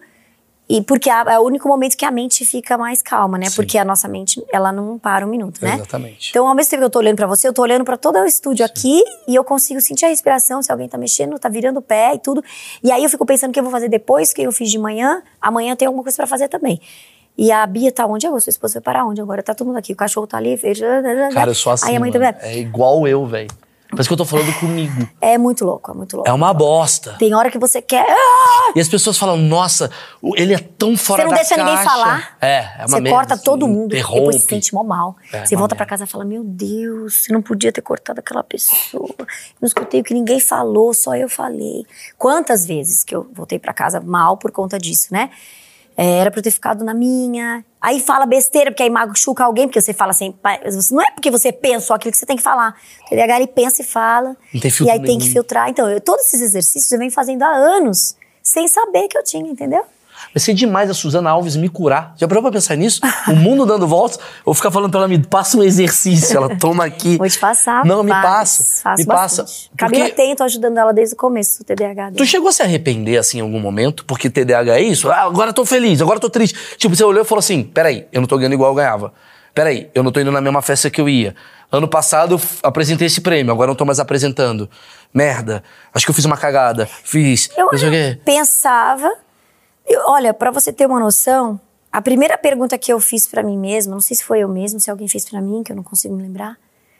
E porque é o único momento que a mente fica mais calma, né? Sim. Porque a nossa mente, ela não para um minuto, né? Exatamente. Então, ao mesmo tempo que eu tô olhando pra você, eu tô olhando pra todo o estúdio aqui e eu consigo sentir a respiração, se alguém tá mexendo, tá virando o pé e tudo. E aí eu fico pensando o que eu vou fazer depois, o que eu fiz de manhã. Amanhã eu tenho alguma coisa pra fazer também. E a Bia tá onde? A sua esposa foi parar onde agora? Tá todo mundo aqui. O cachorro tá ali. Cara, eu sou assim, Aí a mãe mano. também. É igual eu, velho. Parece que eu tô falando comigo. É muito louco, é muito louco. É uma bosta. Tem hora que você quer... Ah! E as pessoas falam, nossa, o- ele é tão fora Você não da deixa caixa. não deixa ninguém falar. É, é uma Você merda, corta assim, todo mundo, interrompe. depois se sente mó mal. É, você uma volta pra merda. casa e fala, meu Deus, você não podia ter cortado aquela pessoa. Eu não escutei o que ninguém falou, só eu falei. Quantas vezes que eu voltei pra casa mal por conta disso, né? É, era pra eu ter ficado na minha. Aí fala besteira, porque aí machuca alguém, porque você fala assim, pa- não é porque você pensa só aquilo que você tem que falar. O T D A H, ele pensa e fala. Não tem filtro E aí tem nenhum. que filtrar. Então, eu, todos esses exercícios eu venho fazendo há anos, sem saber que eu tinha, entendeu? Vai ser demais a Suzana Alves me curar. Já parou pra pensar nisso? O mundo dando voltas, eu vou ficar falando pra ela, me passa um exercício, ela toma aqui. Vou te passar. Não, me faz, passa. Faço me passa. bastante. Camila Porque tem, tô ajudando ela desde o começo do T D A H tu dela. chegou a se arrepender, assim, em algum momento? Porque T D A H é isso? Ah, agora eu tô feliz, agora eu tô triste. Tipo, você olhou e falou assim, peraí, eu não tô ganhando igual eu ganhava. Peraí, eu não tô indo na mesma festa que eu ia. Ano passado eu f- apresentei esse prêmio, agora eu não tô mais apresentando. Merda, acho que eu fiz uma cagada. Fiz, Eu não sei o quê. pensava... eu- olha, pra você ter uma noção, a primeira pergunta que eu fiz pra mim mesma, não sei se foi eu mesma, se alguém fez pra mim, que eu não consigo me lembrar,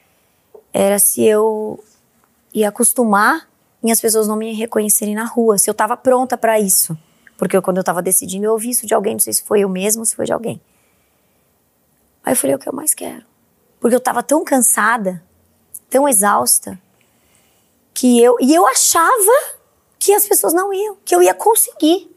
era se eu ia acostumar em as pessoas não me reconhecerem na rua, se eu tava pronta pra isso. Porque eu, quando eu tava decidindo, eu ouvi isso de alguém, não sei se foi eu mesma ou se foi de alguém. Aí eu falei, é o que eu mais quero. Porque eu tava tão cansada, tão exausta, que eu... E eu achava que as pessoas não iam, que eu ia conseguir.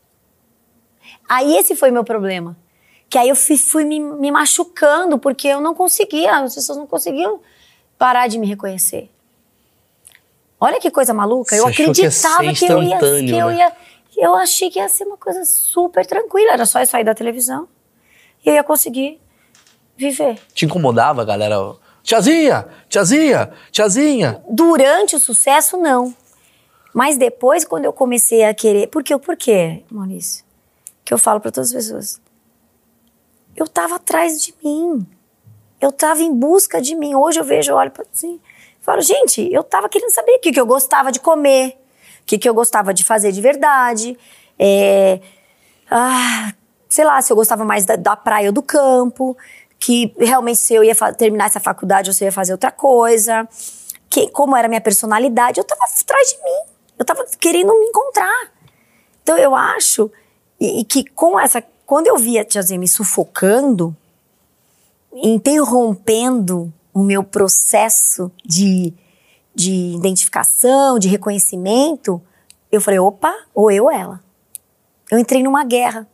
Aí esse foi meu problema. Que aí eu fui, fui me, me machucando, porque eu não conseguia, as pessoas não conseguiam parar de me reconhecer. Olha que coisa maluca. Eu Você achou que ia ser acreditava que, eu ia, instantâneo, que eu né? ia... Eu achei que ia ser uma coisa super tranquila. Era só eu sair da televisão e eu ia conseguir viver. Te incomodava, galera? Tiazinha, tiazinha, tiazinha. Durante o sucesso, não. Mas depois, quando eu comecei a querer... Por quê? Por quê, Maurício? Que eu falo pra todas as pessoas. Eu tava atrás de mim. Eu tava em busca de mim. Hoje eu vejo, eu olho pra assim... Falo, gente, eu tava querendo saber o que, que eu gostava de comer. O que, que eu gostava de fazer de verdade. É, ah, sei lá, se eu gostava mais da, da praia ou do campo. Que realmente se eu ia terminar essa faculdade ou se eu ia fazer outra coisa. Que, como era a minha personalidade. Eu tava atrás de mim. Eu tava querendo me encontrar. Então eu acho e, e que com essa... Quando eu via a tiazinha me sufocando, interrompendo o meu processo de, de identificação, de reconhecimento, eu falei, opa, ou eu ou ela. Eu entrei numa guerra.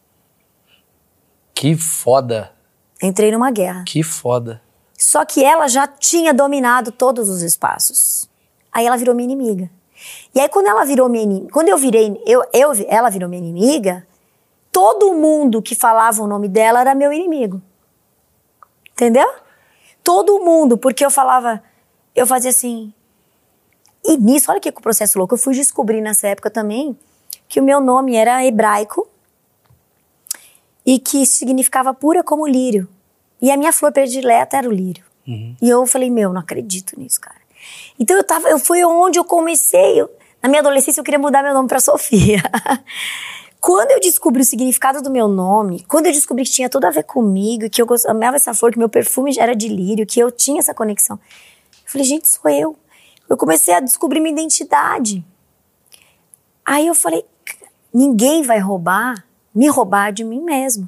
Que foda, Entrei numa guerra. que foda. Só que ela já tinha dominado todos os espaços. Aí ela virou minha inimiga. E aí quando ela virou minha inimiga, quando eu virei, eu, eu, ela virou minha inimiga, todo mundo que falava o nome dela era meu inimigo. Entendeu? Todo mundo, porque eu falava, eu fazia assim. E nisso, olha que processo louco, eu fui descobrir nessa época também que o meu nome era hebraico e que significava pura como lírio. E a minha flor predileta era o lírio. Uhum. E eu falei, meu, não acredito nisso, cara. Então eu tava, eu fui onde eu comecei, eu, na minha adolescência eu queria mudar meu nome pra Sofia. Quando eu descobri o significado do meu nome, quando eu descobri que tinha tudo a ver comigo, que eu amava essa flor, que meu perfume já era de lírio, que eu tinha essa conexão, eu falei, gente, sou eu. Eu comecei a descobrir minha identidade. Aí eu falei, ninguém vai roubar, me roubar de mim mesma.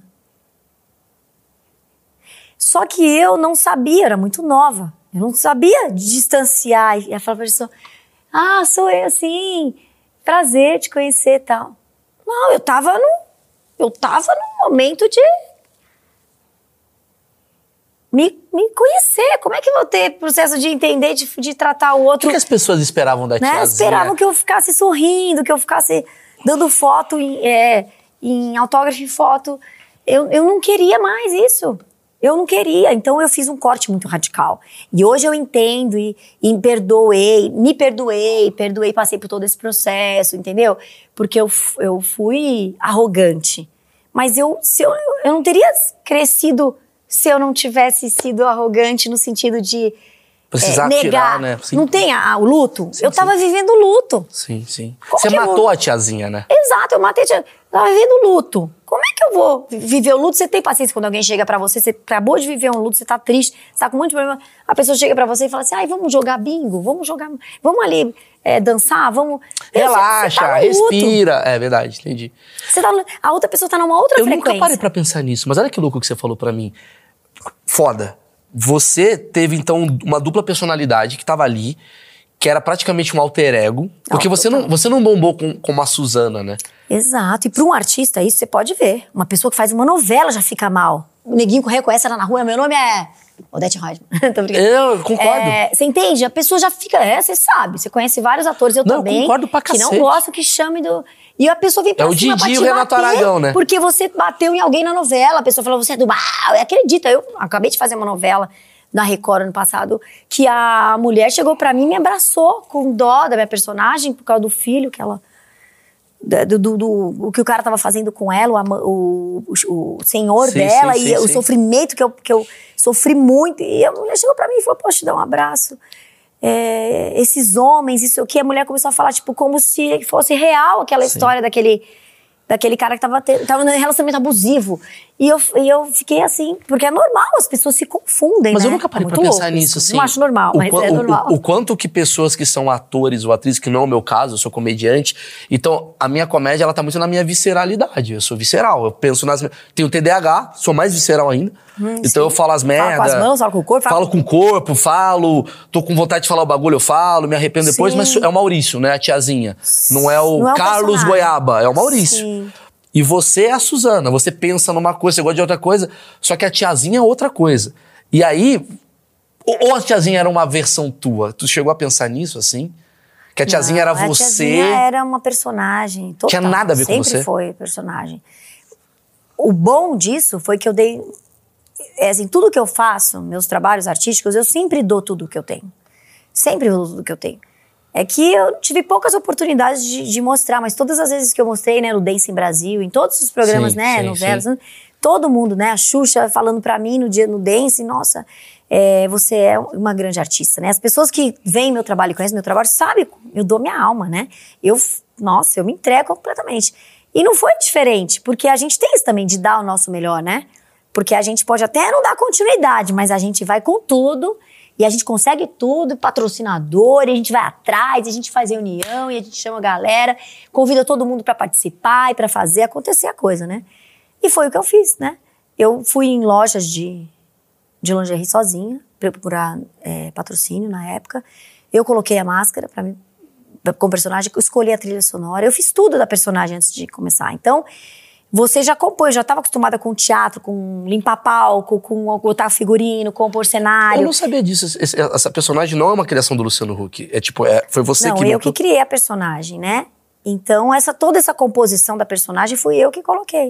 Só que eu não sabia, eu era muito nova, eu não sabia distanciar e falar pra pessoa, ah, sou eu, sim, prazer te conhecer e tal. Não, eu tava no, eu tava num momento de me, me conhecer. Como é que eu vou ter processo de entender, de, de tratar o outro? O que, que as pessoas esperavam da né? tiazinha? Esperavam que eu ficasse sorrindo, que eu ficasse dando foto em, é, em autógrafo e foto. Eu, eu não queria mais isso. Eu não queria, então eu fiz um corte muito radical. E hoje eu entendo e, e perdoei, me perdoei, perdoei, passei por todo esse processo, entendeu? Porque eu, eu fui arrogante. Mas eu, se eu, eu não teria crescido se eu não tivesse sido arrogante no sentido de precisar é, negar. Tirar, né? Sim. Não tem a, a, o luto? Sim, eu tava sim. vivendo luto. Sim, sim. Como Você que matou eu... a tiazinha, né? Exato, eu matei a tiazinha. Eu tava vivendo luto. Como é que eu vou viver o luto? Você tem paciência quando alguém chega pra você, você acabou de viver um luto, você tá triste, você tá com muito problema, a pessoa chega pra você e fala assim, ai, vamos jogar bingo, vamos jogar, vamos ali é, dançar, vamos... Relaxa, você, você tá respira. É verdade, entendi. Você tá, a outra pessoa tá numa outra eu frequência. Eu nunca parei pra pensar nisso, mas olha que louco que você falou pra mim. Foda. Você teve, então, uma dupla personalidade que tava ali, que era praticamente um alter ego, porque não, você, não, você não bombou com, com uma Suzana, né? Exato. E para um artista, isso você pode ver. Uma pessoa que faz uma novela já fica mal. O neguinho reconhece ela na rua, meu nome é Odete Roitman. Tô brincando. Eu concordo. É, você entende? A pessoa já fica... É, você sabe. Você conhece vários atores, eu não, também. Eu concordo pra cacete. Que não gostam, que chame do... E a pessoa vem pra é cima o Didi pra te e o Renato bater, Aragão, né? porque você bateu em alguém na novela. A pessoa falou, você é do mal. Acredita, eu acabei de fazer uma novela na Record ano passado, que a mulher chegou pra mim e me abraçou com dó da minha personagem, por causa do filho que ela... Do, do, do, o que o cara tava fazendo com ela, o, o, o senhor sim, dela, sim, e sim, o sim. sofrimento que eu, que eu sofri muito. E a mulher chegou pra mim e falou, poxa, te dá um abraço. É, esses homens, isso aqui. A mulher começou a falar, tipo, como se fosse real aquela sim. história daquele... daquele cara que tava, te, tava num relacionamento abusivo. E eu, e eu fiquei assim, porque é normal, as pessoas se confundem, mas né? eu nunca parei é pra pensar nisso, assim. Não acho normal, o mas qu- é normal. O, o, o quanto que pessoas que são atores ou atrizes, que não é o meu caso, eu sou comediante, então a minha comédia, ela tá muito na minha visceralidade, eu sou visceral, eu penso nas... Tenho T D A H, sou mais visceral ainda, hum, então sim. eu falo as merdas... Falo com as mãos, falo com o corpo... Falo, falo com o corpo, falo, tô com vontade de falar o bagulho, eu falo, me arrependo depois, sim. mas é o Maurício, né, a tiazinha. Não é o, não é o Carlos personagem. Goiaba, é o Maurício. Sim. E você é a Suzana, você pensa numa coisa, você gosta de outra coisa, só que a tiazinha é outra coisa. E aí, ou a tiazinha era uma versão tua? Tu chegou a pensar nisso, assim? Que a tiazinha não, era a você... A tiazinha era uma personagem total. Tinha nada a ver com você? Sempre foi personagem. O bom disso foi que eu dei... É assim, tudo que eu faço, meus trabalhos artísticos, eu sempre dou tudo que eu tenho. Sempre dou tudo que eu tenho. É que eu tive poucas oportunidades de, de mostrar, mas todas as vezes que eu mostrei, né, no Dance em Brasil, em todos os programas, sim, né, sim, novelas, sim. todo mundo, né, a Xuxa falando pra mim no dia no Dance, nossa, é, você é uma grande artista, né? As pessoas que veem meu trabalho e conhecem meu trabalho sabem, eu dou minha alma, né? Eu, nossa, eu me entrego completamente. E não foi diferente, porque a gente tem isso também de dar o nosso melhor, né? Porque a gente pode até não dar continuidade, mas a gente vai com tudo. E a gente consegue tudo, patrocinador, e a gente vai atrás, e a gente faz reunião, e a gente chama a galera, convida todo mundo pra participar e pra fazer acontecer a coisa, né? E foi o que eu fiz, né? Eu fui em lojas de, de lingerie sozinha, pra procurar é, patrocínio na época. Eu coloquei a máscara pra mim, com o personagem, eu escolhi a trilha sonora, eu fiz tudo da personagem antes de começar. Então... Você já compôs, já estava acostumada com teatro, com limpar palco, com botar figurino, compor cenário. Eu não sabia disso. Esse, essa personagem não é uma criação do Luciano Huck. É tipo, é, foi você não, que... Não, eu que criei a personagem, né? Então, essa, toda essa composição da personagem fui eu que coloquei.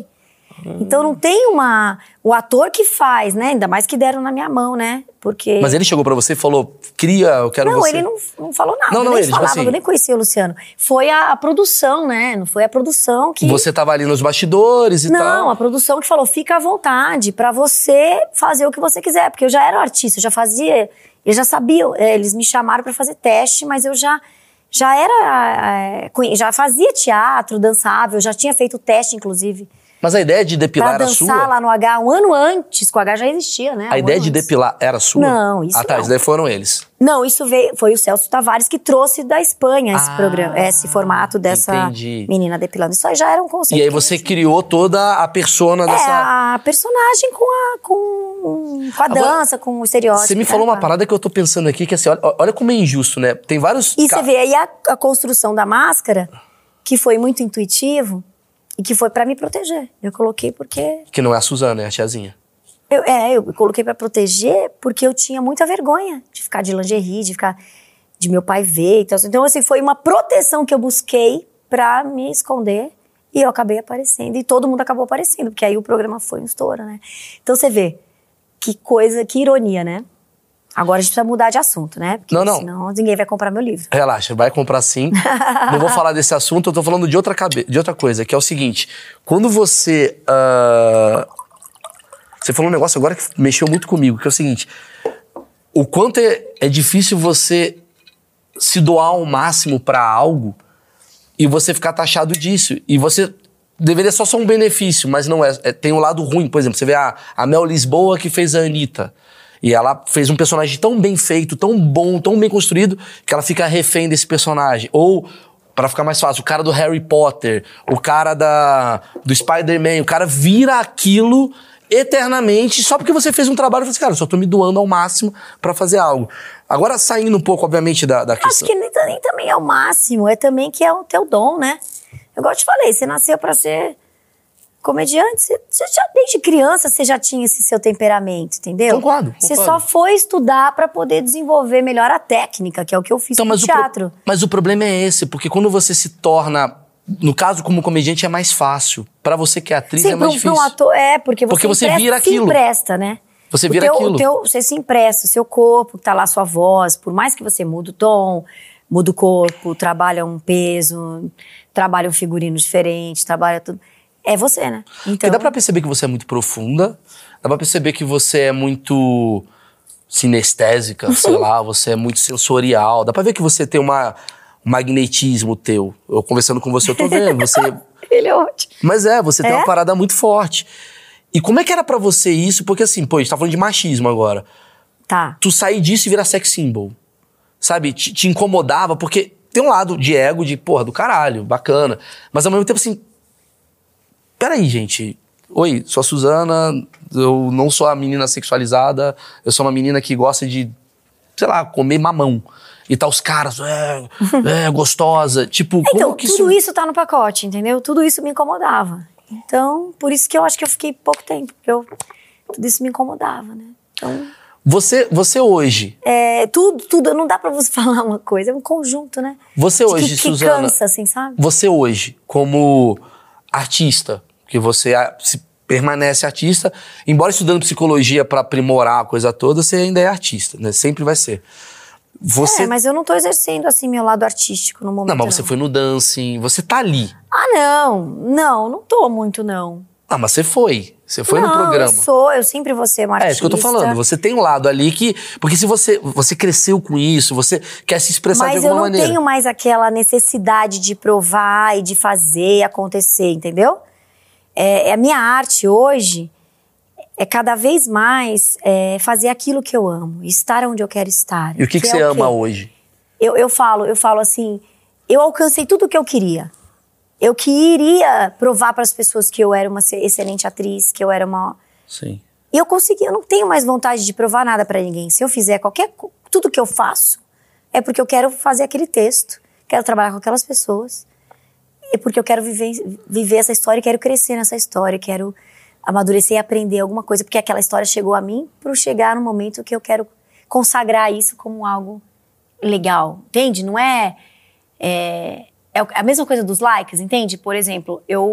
Hum. Então não tem uma... O ator que faz, né? Ainda mais que deram na minha mão, né? Porque... Mas ele chegou pra você e falou, cria, eu quero não, você. Não, ele não, não falou nada. Não, não, eu nem ele, falava, tipo assim... eu nem conhecia o Luciano. Foi a, a produção, né? Não foi a produção que... Você tava ali nos bastidores e não, tal. Não, a produção que falou, fica à vontade pra você fazer o que você quiser. Porque eu já era artista, eu já fazia... Eu já sabia, eles me chamaram pra fazer teste, mas eu já... Já era... Já fazia teatro, dançava, eu já tinha feito teste, inclusive. Mas a ideia de depilar era sua? Pra dançar lá no H, um ano antes, que o H já existia, né? A um ideia de antes. depilar era sua? Não, isso Ah, tá, não. isso daí foram eles. Não, isso veio, foi o Celso Tavares que trouxe da Espanha esse ah, programa, esse formato dessa entendi. menina depilando. Isso aí já era um conceito. E aí você criou toda a persona dessa... É, a personagem com a, com, com a Agora, dança, com o estereótipo. Você me né? falou uma parada que eu tô pensando aqui, que assim, olha, olha como é injusto, né? Tem vários... E ca... você vê aí a, a construção da máscara, que foi muito intuitivo, e que foi pra me proteger. Eu coloquei porque... Que não é a Suzana, é a tiazinha. Eu, é, eu coloquei pra proteger porque eu tinha muita vergonha de ficar de lingerie, de ficar... De meu pai ver e tal. Então, assim, foi uma proteção que eu busquei pra me esconder. E eu acabei aparecendo. E todo mundo acabou aparecendo, porque aí o programa foi um estouro, né? Então, você vê, que coisa, que ironia, né? Agora a gente precisa mudar de assunto, né? Porque não, não. senão ninguém vai comprar meu livro. Relaxa, vai comprar sim. Não vou falar desse assunto, eu tô falando de outra, cabe... de outra coisa, que é o seguinte. Quando você... Uh... Você falou um negócio agora que mexeu muito comigo, que é o seguinte. O quanto é, é difícil você se doar ao máximo pra algo e você ficar taxado disso. E você... Deveria só ser um benefício, mas não é. é tem um lado ruim, por exemplo. Você vê a, a Mel Lisboa que fez a Anitta. E ela fez um personagem tão bem feito, tão bom, tão bem construído, que ela fica refém desse personagem. Ou, pra ficar mais fácil, o cara do Harry Potter, o cara da, do Spider-Man, o cara vira aquilo eternamente só porque você fez um trabalho e falou assim, cara, eu só tô me doando ao máximo pra fazer algo. Agora, saindo um pouco, obviamente, da, da questão... Acho que nem, nem também é o máximo, é também que é o teu dom, né? Eu igual eu te falei, você nasceu pra ser... comediante, você, você já desde criança você já tinha esse seu temperamento, entendeu? Concordo, concordo. Você só foi estudar pra poder desenvolver melhor a técnica, que é o que eu fiz então, no mas teatro. O pro... Mas o problema é esse, porque quando você se torna, no caso como comediante é mais fácil, pra você que é atriz Sim, é mais pra, difícil. Pra um ator, é, porque você, porque você empresta, vira se aquilo. empresta, né? Você o vira teu, aquilo. O teu, você se empresta, o seu corpo, tá lá a sua voz, por mais que você mude o tom, muda o corpo, trabalha um peso, trabalha um figurino diferente, trabalha tudo... É você, né? Então... Porque dá pra perceber que você é muito profunda, dá pra perceber que você é muito sinestésica, sei lá, você é muito sensorial, dá pra ver que você tem uma, um magnetismo teu. Eu conversando com você, eu tô vendo, você... Ele é ótimo. Mas é, você é? tem uma parada muito forte. E como é que era pra você isso? Porque assim, pô, a gente tá falando de machismo agora. Tá. Tu sair disso e virar sex symbol, sabe? Te, te incomodava, porque tem um lado de ego, de, porra, do caralho, bacana. Mas ao mesmo tempo assim... Peraí, gente. Oi, sou a Suzana, eu não sou a menina sexualizada, eu sou uma menina que gosta de, sei lá, comer mamão. E tá os caras, é, é gostosa. Tipo, então, como que tudo isso... isso tá no pacote, entendeu? Tudo isso me incomodava. Então, por isso que eu acho que eu fiquei pouco tempo, porque eu, tudo isso me incomodava, né? Então... Você, você hoje... É, tudo, tudo, não dá pra você falar uma coisa, é um conjunto, né? Você hoje, que, que Suzana... cansa, assim, sabe? Você hoje, como artista, que você se permanece artista, embora estudando psicologia pra aprimorar a coisa toda, você ainda é artista, né? Sempre vai ser. Você... É, mas eu não tô exercendo, assim, meu lado artístico no momento. Não, mas você não. foi no dancing, você tá ali. Ah, não, não, não tô muito, não. Ah, mas você foi. Você foi não, no programa. eu sou, eu sempre vou ser uma artista. É, isso que eu tô falando. Você tem um lado ali que... Porque se você, você cresceu com isso, você quer se expressar mas de alguma maneira. maneira. Mas eu não tenho mais aquela necessidade de provar e de fazer acontecer, entendeu? É, a minha arte hoje é cada vez mais é, fazer aquilo que eu amo, estar onde eu quero estar. E o que, que, que você é ama hoje? Eu, eu falo, eu falo assim, eu alcancei tudo o que eu queria. Eu queria provar para as pessoas que eu era uma excelente atriz, que eu era uma... Sim. E eu consegui, eu não tenho mais vontade de provar nada para ninguém. Se eu fizer qualquer... Tudo que eu faço é porque eu quero fazer aquele texto, quero trabalhar com aquelas pessoas. É porque eu quero viver, viver essa história, quero crescer nessa história, quero amadurecer e aprender alguma coisa, porque aquela história chegou a mim para chegar no momento que eu quero consagrar isso como algo legal, entende? Não é, é... É a mesma coisa dos likes, entende? Por exemplo, eu,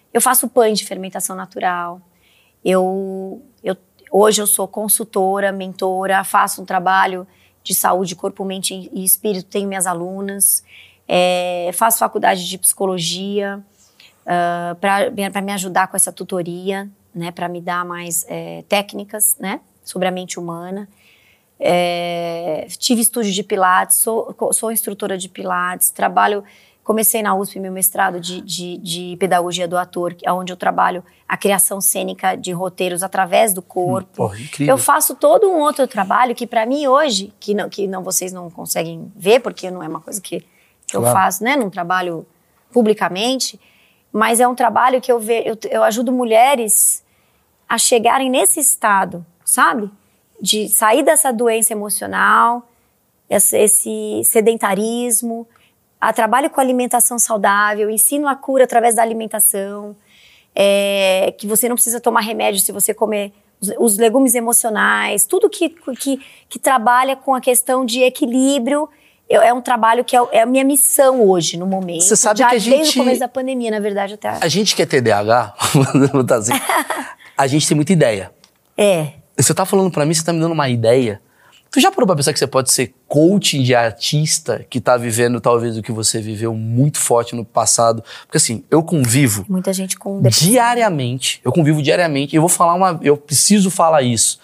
Eu faço pães de fermentação natural. Eu, eu, hoje eu sou consultora, mentora, faço um trabalho de saúde, corpo, mente e espírito, tenho minhas alunas. É, faço faculdade de psicologia uh, para me ajudar com essa tutoria, né, para me dar mais é, técnicas, né, sobre a mente humana. É, tive estúdio de Pilates, sou, sou instrutora de Pilates, trabalho, comecei na U S P meu mestrado de, de, de pedagogia do ator, onde eu trabalho a criação cênica de roteiros através do corpo. Hum, porra, incrível. Eu faço todo um outro trabalho que para mim hoje, que, não, que não, vocês não conseguem ver, porque não é uma coisa que, que eu claro. faço, né, não trabalho publicamente, mas é um trabalho que eu, ve, eu, eu ajudo mulheres a chegarem nesse estado, sabe? De sair dessa doença emocional, esse, esse sedentarismo, a trabalho com alimentação saudável, ensino a cura através da alimentação, é, que você não precisa tomar remédio se você comer os, os legumes emocionais, tudo que, que, que trabalha com a questão de equilíbrio. Eu, é um trabalho que é, é a minha missão hoje, no momento. Você sabe já que a gente... desde o começo da pandemia, na verdade, até... A gente que é T D A H, assim, a gente tem muita ideia. É. Você tá falando pra mim, você tá me dando uma ideia. Tu já parou pra pensar que você pode ser coaching de artista que tá vivendo talvez o que você viveu muito forte no passado? Porque assim, eu convivo... Muita gente com... Diariamente, eu convivo diariamente, e eu vou falar uma... Eu preciso falar isso.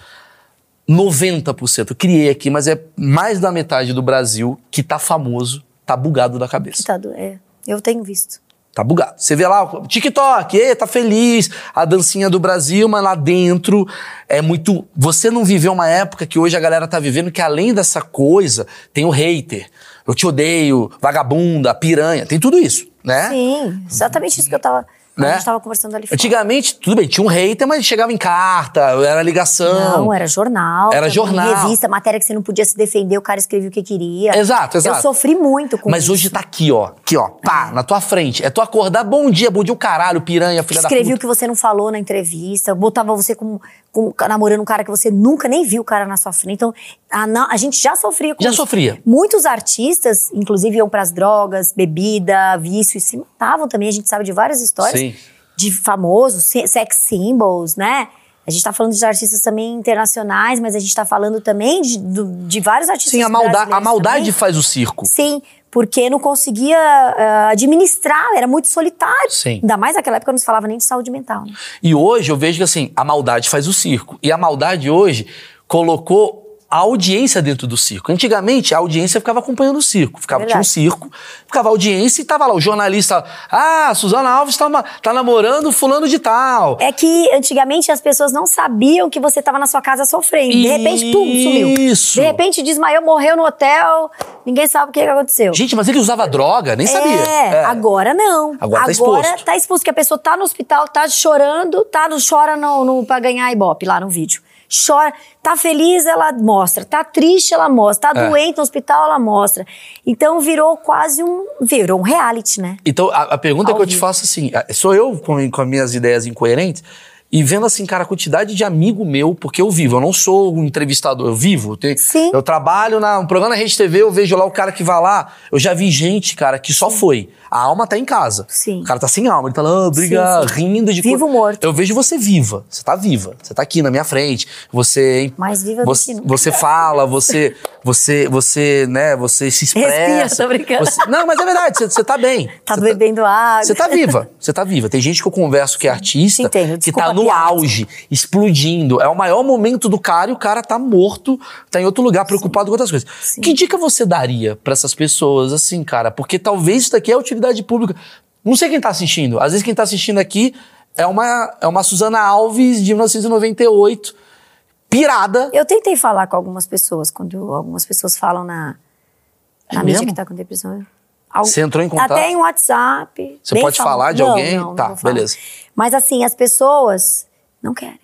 noventa por cento, eu criei aqui, mas é mais da metade do Brasil que tá famoso, tá bugado da cabeça. Tá, é, eu tenho visto. Tá bugado. Você vê lá, TikTok, e, tá feliz, a dancinha do Brasil, mas lá dentro é muito... Você não viveu uma época que hoje a galera tá vivendo, que além dessa coisa, tem o hater, eu te odeio, vagabunda, piranha, tem tudo isso, né? Sim, exatamente isso que eu tava... Né? A gente tava conversando ali fora. Antigamente, tudo bem, tinha um hater, mas chegava em carta, era ligação. Não, era jornal. Era jornal. Revista, matéria que você não podia se defender, o cara escrevia o que queria. Exato, exato. Eu sofri muito com mas isso. Mas hoje tá aqui, ó. Aqui, ó. Pá, é. Na tua frente. É tu acordar, bom dia, bom dia o caralho, piranha, filha da puta. Escrevia o que você não falou na entrevista, botava você com, com, namorando um cara que você nunca nem viu o cara na sua frente. Então, a, não, a gente já sofria com já isso. Já sofria. Muitos artistas, inclusive, iam pras drogas, bebida, vício, e se matavam também. A gente sabe de várias histórias. Sim. De famosos, sex symbols, né? A gente tá falando de artistas também internacionais, mas a gente tá falando também de, de, de vários artistas Sim, a, malda a maldade também. Faz o circo. Sim, porque não conseguia uh, administrar, era muito solitário. Sim. Ainda mais naquela época não se falava nem de saúde mental. Né? E hoje eu vejo que assim, a maldade faz o circo. E a maldade hoje colocou a audiência dentro do circo. Antigamente, a audiência ficava acompanhando o circo. Ficava, tinha um circo, ficava a audiência e tava lá o jornalista. Ah, Suzana Alves tá, tá namorando fulano de tal. É que antigamente as pessoas não sabiam que você tava na sua casa sofrendo. De repente, pum, sumiu. Isso. De repente desmaiou, morreu no hotel, ninguém sabe o que aconteceu. Gente, mas ele usava droga? Nem sabia. É, é. agora não. Agora tá exposto. Agora tá exposto, que a pessoa tá no hospital, tá chorando, tá no, chora no, no, pra ganhar Ibope lá no vídeo. Chora, tá feliz, ela mostra, tá triste, ela mostra, tá é. doente no hospital, ela mostra. Então virou quase um, virou um reality, né? Então a, a pergunta Ao que eu te faço assim, sou eu com, com as minhas ideias incoerentes e vendo assim, cara, a quantidade de amigo meu, porque eu vivo, eu não sou um entrevistador, eu vivo, eu, tenho, Sim. eu trabalho na, no programa na Rede T V, eu vejo lá o cara que vai lá, eu já vi gente, cara, que só foi. A alma tá em casa. Sim. O cara tá sem alma, ele tá lá, briga, sim, sim. rindo de... Vivo morto. Eu vejo você viva, você tá viva, você tá aqui na minha frente, você... Mais viva você, do que você fala, você, você, você, né, você se expressa. Respira, tô brincando. Você, não, mas é verdade, você, você tá bem. Tá você bebendo tá, água. Você tá viva, você tá viva. Tem gente que eu converso que é artista, Entendo, que tá no auge, explodindo. É o maior momento do cara e o cara tá morto, tá em outro lugar, preocupado sim. com outras coisas. Sim. Que dica você daria pra essas pessoas, assim, cara? Porque talvez isso daqui é utilidade pública. Não sei quem tá assistindo. Às vezes quem tá assistindo aqui é uma, é uma Suzana Alves de mil novecentos e noventa e oito, pirada. Eu tentei falar com algumas pessoas, quando algumas pessoas falam na, na é mídia mesmo? que tá com depressão. Você entrou em contato? Até em WhatsApp. Você pode famoso. falar de não, alguém? Não, tá, não beleza. Mas assim, as pessoas não querem.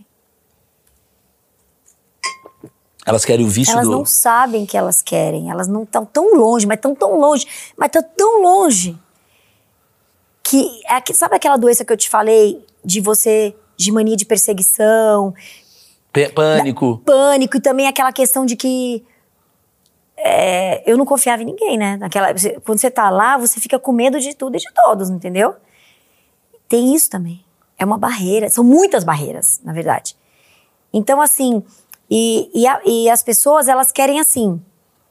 Elas querem o vício elas do... Elas não sabem que elas querem. Elas não estão tão longe, mas estão tão longe. Mas estão tão longe. Que, é, sabe aquela doença que eu te falei? De você, de mania de perseguição. P pânico. Da, pânico. E também aquela questão de que... É, eu não confiava em ninguém, né? Naquela, você, quando você tá lá, você fica com medo de tudo e de todos, entendeu? Tem isso também. É uma barreira, são muitas barreiras, na verdade. Então, assim, e, e, a, e as pessoas, elas querem assim.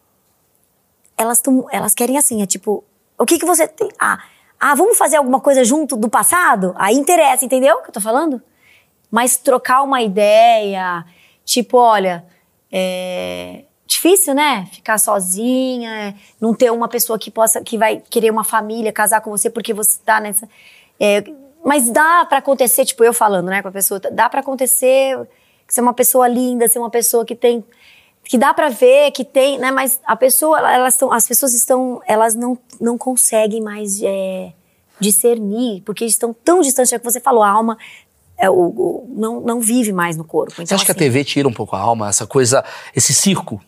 Elas, tão, elas querem assim, é tipo, o que que você tem? Ah, ah, vamos fazer alguma coisa junto do passado? Aí interessa, entendeu o que eu tô falando? Mas trocar uma ideia, tipo, olha, é difícil, né? Ficar sozinha, é, não ter uma pessoa que possa, que vai querer uma família, casar com você porque você tá nessa... É, mas dá pra acontecer, tipo, eu falando, né, com a pessoa, dá pra acontecer ser uma pessoa linda, ser uma pessoa que tem... que dá pra ver, que tem, né, mas a pessoa, elas estão, as pessoas estão, elas não, não conseguem mais é, discernir, porque estão tão distantes, é que você falou, a alma é, o, o, não, não vive mais no corpo. Então, você acha assim, que a T V tira um pouco a alma, essa coisa, esse circo,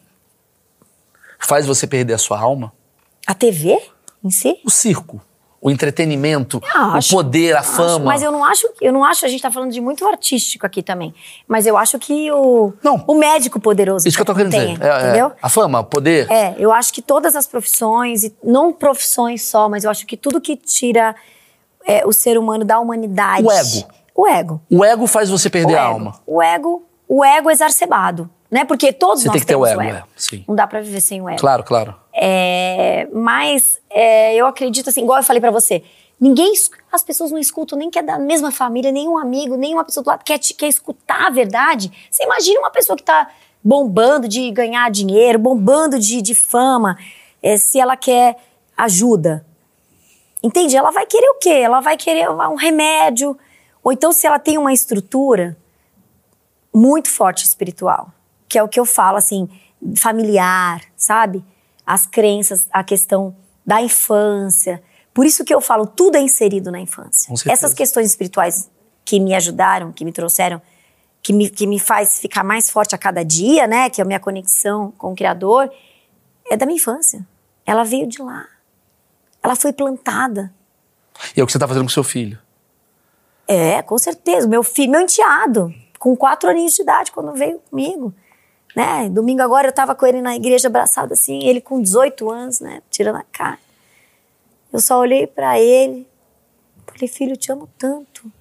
faz você perder a sua alma? A T V em si? O circo. O entretenimento, acho, o poder, a acho, fama. Mas eu não acho, eu não acho, a gente tá falando de muito artístico aqui também. Mas eu acho que o, não, o médico poderoso isso que eu tô querendo tem, dizer. É, entendeu? É, a fama, o poder. É, eu acho que todas as profissões, e não profissões só, mas eu acho que tudo que tira é, o ser humano da humanidade. O ego. O ego. O ego faz você perder o a ego. alma. O ego, o ego exacerbado, né? Porque todos você nós tem que ter temos o ego, o ego. É, sim. Não dá pra viver sem o ego. Claro, claro. É, mas é, eu acredito assim, igual eu falei pra você, ninguém, as pessoas não escutam nem que é da mesma família, nem um amigo, nem uma pessoa do lado quer, quer escutar a verdade. Você imagina uma pessoa que tá bombando de ganhar dinheiro, bombando de, de fama, é, se ela quer ajuda. Entende? Ela vai querer o quê? Ela vai querer um remédio. Ou então se ela tem uma estrutura muito forte espiritual, que é o que eu falo, assim, familiar, sabe? As crenças, a questão da infância. Por isso que eu falo, tudo é inserido na infância. Essas questões espirituais que me ajudaram, que me trouxeram, que me, que me faz ficar mais forte a cada dia, né? Que é a minha conexão com o Criador, é da minha infância. Ela veio de lá. Ela foi plantada. E é o que você tá fazendo com seu filho. É, com certeza. Meu filho, meu enteado, com quatro aninhos de idade, quando veio comigo. Né? Domingo agora eu tava com ele na igreja abraçado assim, ele com dezoito anos, né? Tirando a cara. Eu só olhei pra ele, falei, filho, eu te amo tanto.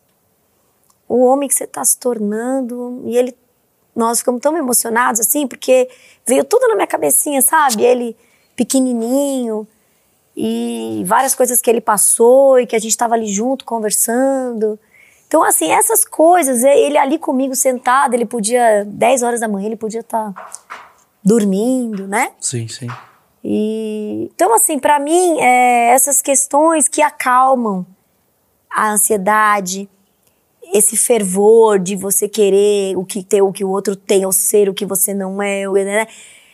O homem que você tá se tornando. E ele, nós ficamos tão emocionados assim, porque veio tudo na minha cabecinha, sabe? Ele pequenininho, e várias coisas que ele passou, e que a gente tava ali junto, conversando. Então, assim, essas coisas, ele ali comigo sentado, ele podia, dez horas da manhã, ele podia estar tá dormindo, né? Sim, sim. E, então, assim, pra mim, é, essas questões que acalmam a ansiedade, esse fervor de você querer o que, ter, o que o outro tem, ou ser o que você não é, né?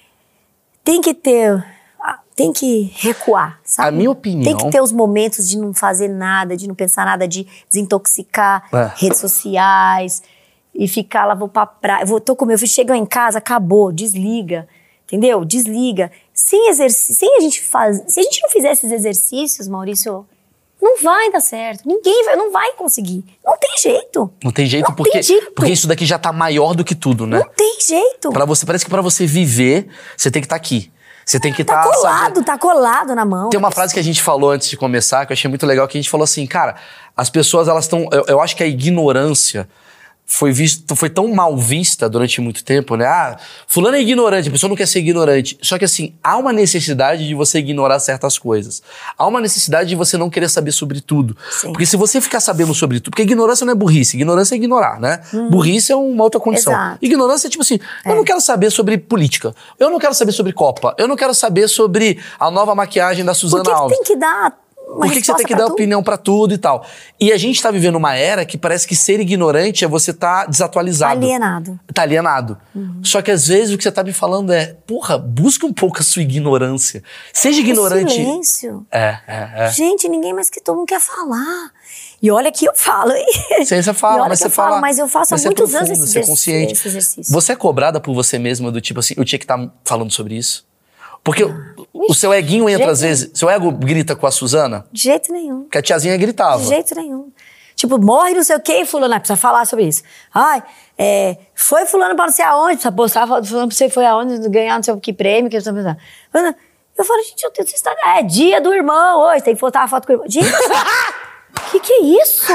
Tem que ter, tem que recuar, sabe? A minha opinião... Tem que ter os momentos de não fazer nada, de não pensar nada, de desintoxicar é. redes sociais e ficar lá, vou pra praia, vou, tô com meu filho, chegou em casa, acabou, desliga. Entendeu? Desliga. Sem exercício, sem a gente fazer... Se a gente não fizer esses exercícios, Maurício, não vai dar certo. Ninguém vai, não vai conseguir. Não tem jeito. Não tem jeito, não porque, tem jeito. porque isso daqui já tá maior do que tudo, né? Não tem jeito. Pra você, parece que pra você viver, você tem que estar tá aqui. Você tem que estar... Tá colado, sabe? Tá colado na mão. Tem uma frase que a gente falou antes de começar, que eu achei muito legal, que a gente falou assim, cara, as pessoas, elas estão... Eu, eu acho que a ignorância... Foi, visto, foi tão mal vista durante muito tempo, né? Ah, fulano é ignorante, a pessoa não quer ser ignorante. Só que assim, há uma necessidade de você ignorar certas coisas. Há uma necessidade de você não querer saber sobre tudo. Sim. Porque se você ficar sabendo sobre tudo... Porque ignorância não é burrice, ignorância é ignorar, né? Hum. Burrice é uma outra condição. Exato. Ignorância é tipo assim, é. eu não quero saber sobre política, eu não quero saber sobre Copa, eu não quero saber sobre a nova maquiagem da Suzana Por que Alves. Que tem que dar... Uma Por que, que você tem que dar tudo? Opinião pra tudo e tal? E a gente tá vivendo uma era que parece que ser ignorante é você tá desatualizado. Alienado. Tá alienado. Uhum. Só que às vezes o que você tá me falando é, porra, busca um pouco a sua ignorância. Seja ignorante. O silêncio. É, é, é. Gente, ninguém mais que todo mundo quer falar. E olha que eu falo, hein? Sim, você fala, mas você fala. Falo, mas eu faço há muitos anos esse, você é consciente. esse exercício. Você é cobrada por você mesma do tipo assim, eu tinha que estar tá falando sobre isso? Porque ah, o seu eguinho entra às vezes... Seu ego grita com a Suzana? De jeito nenhum. Porque a tiazinha gritava. De jeito nenhum. Tipo, morre não sei o quê e fulano, precisa falar sobre isso. Ai, é, foi fulano pra não sei aonde, precisa postar foto fulano pra você foi aonde, ganhar não sei o que prêmio, que precisa pensar. Eu falo, gente, eu tenho esse Instagram. É dia do irmão hoje, tem que postar a foto com o irmão. Gente, Que que é isso?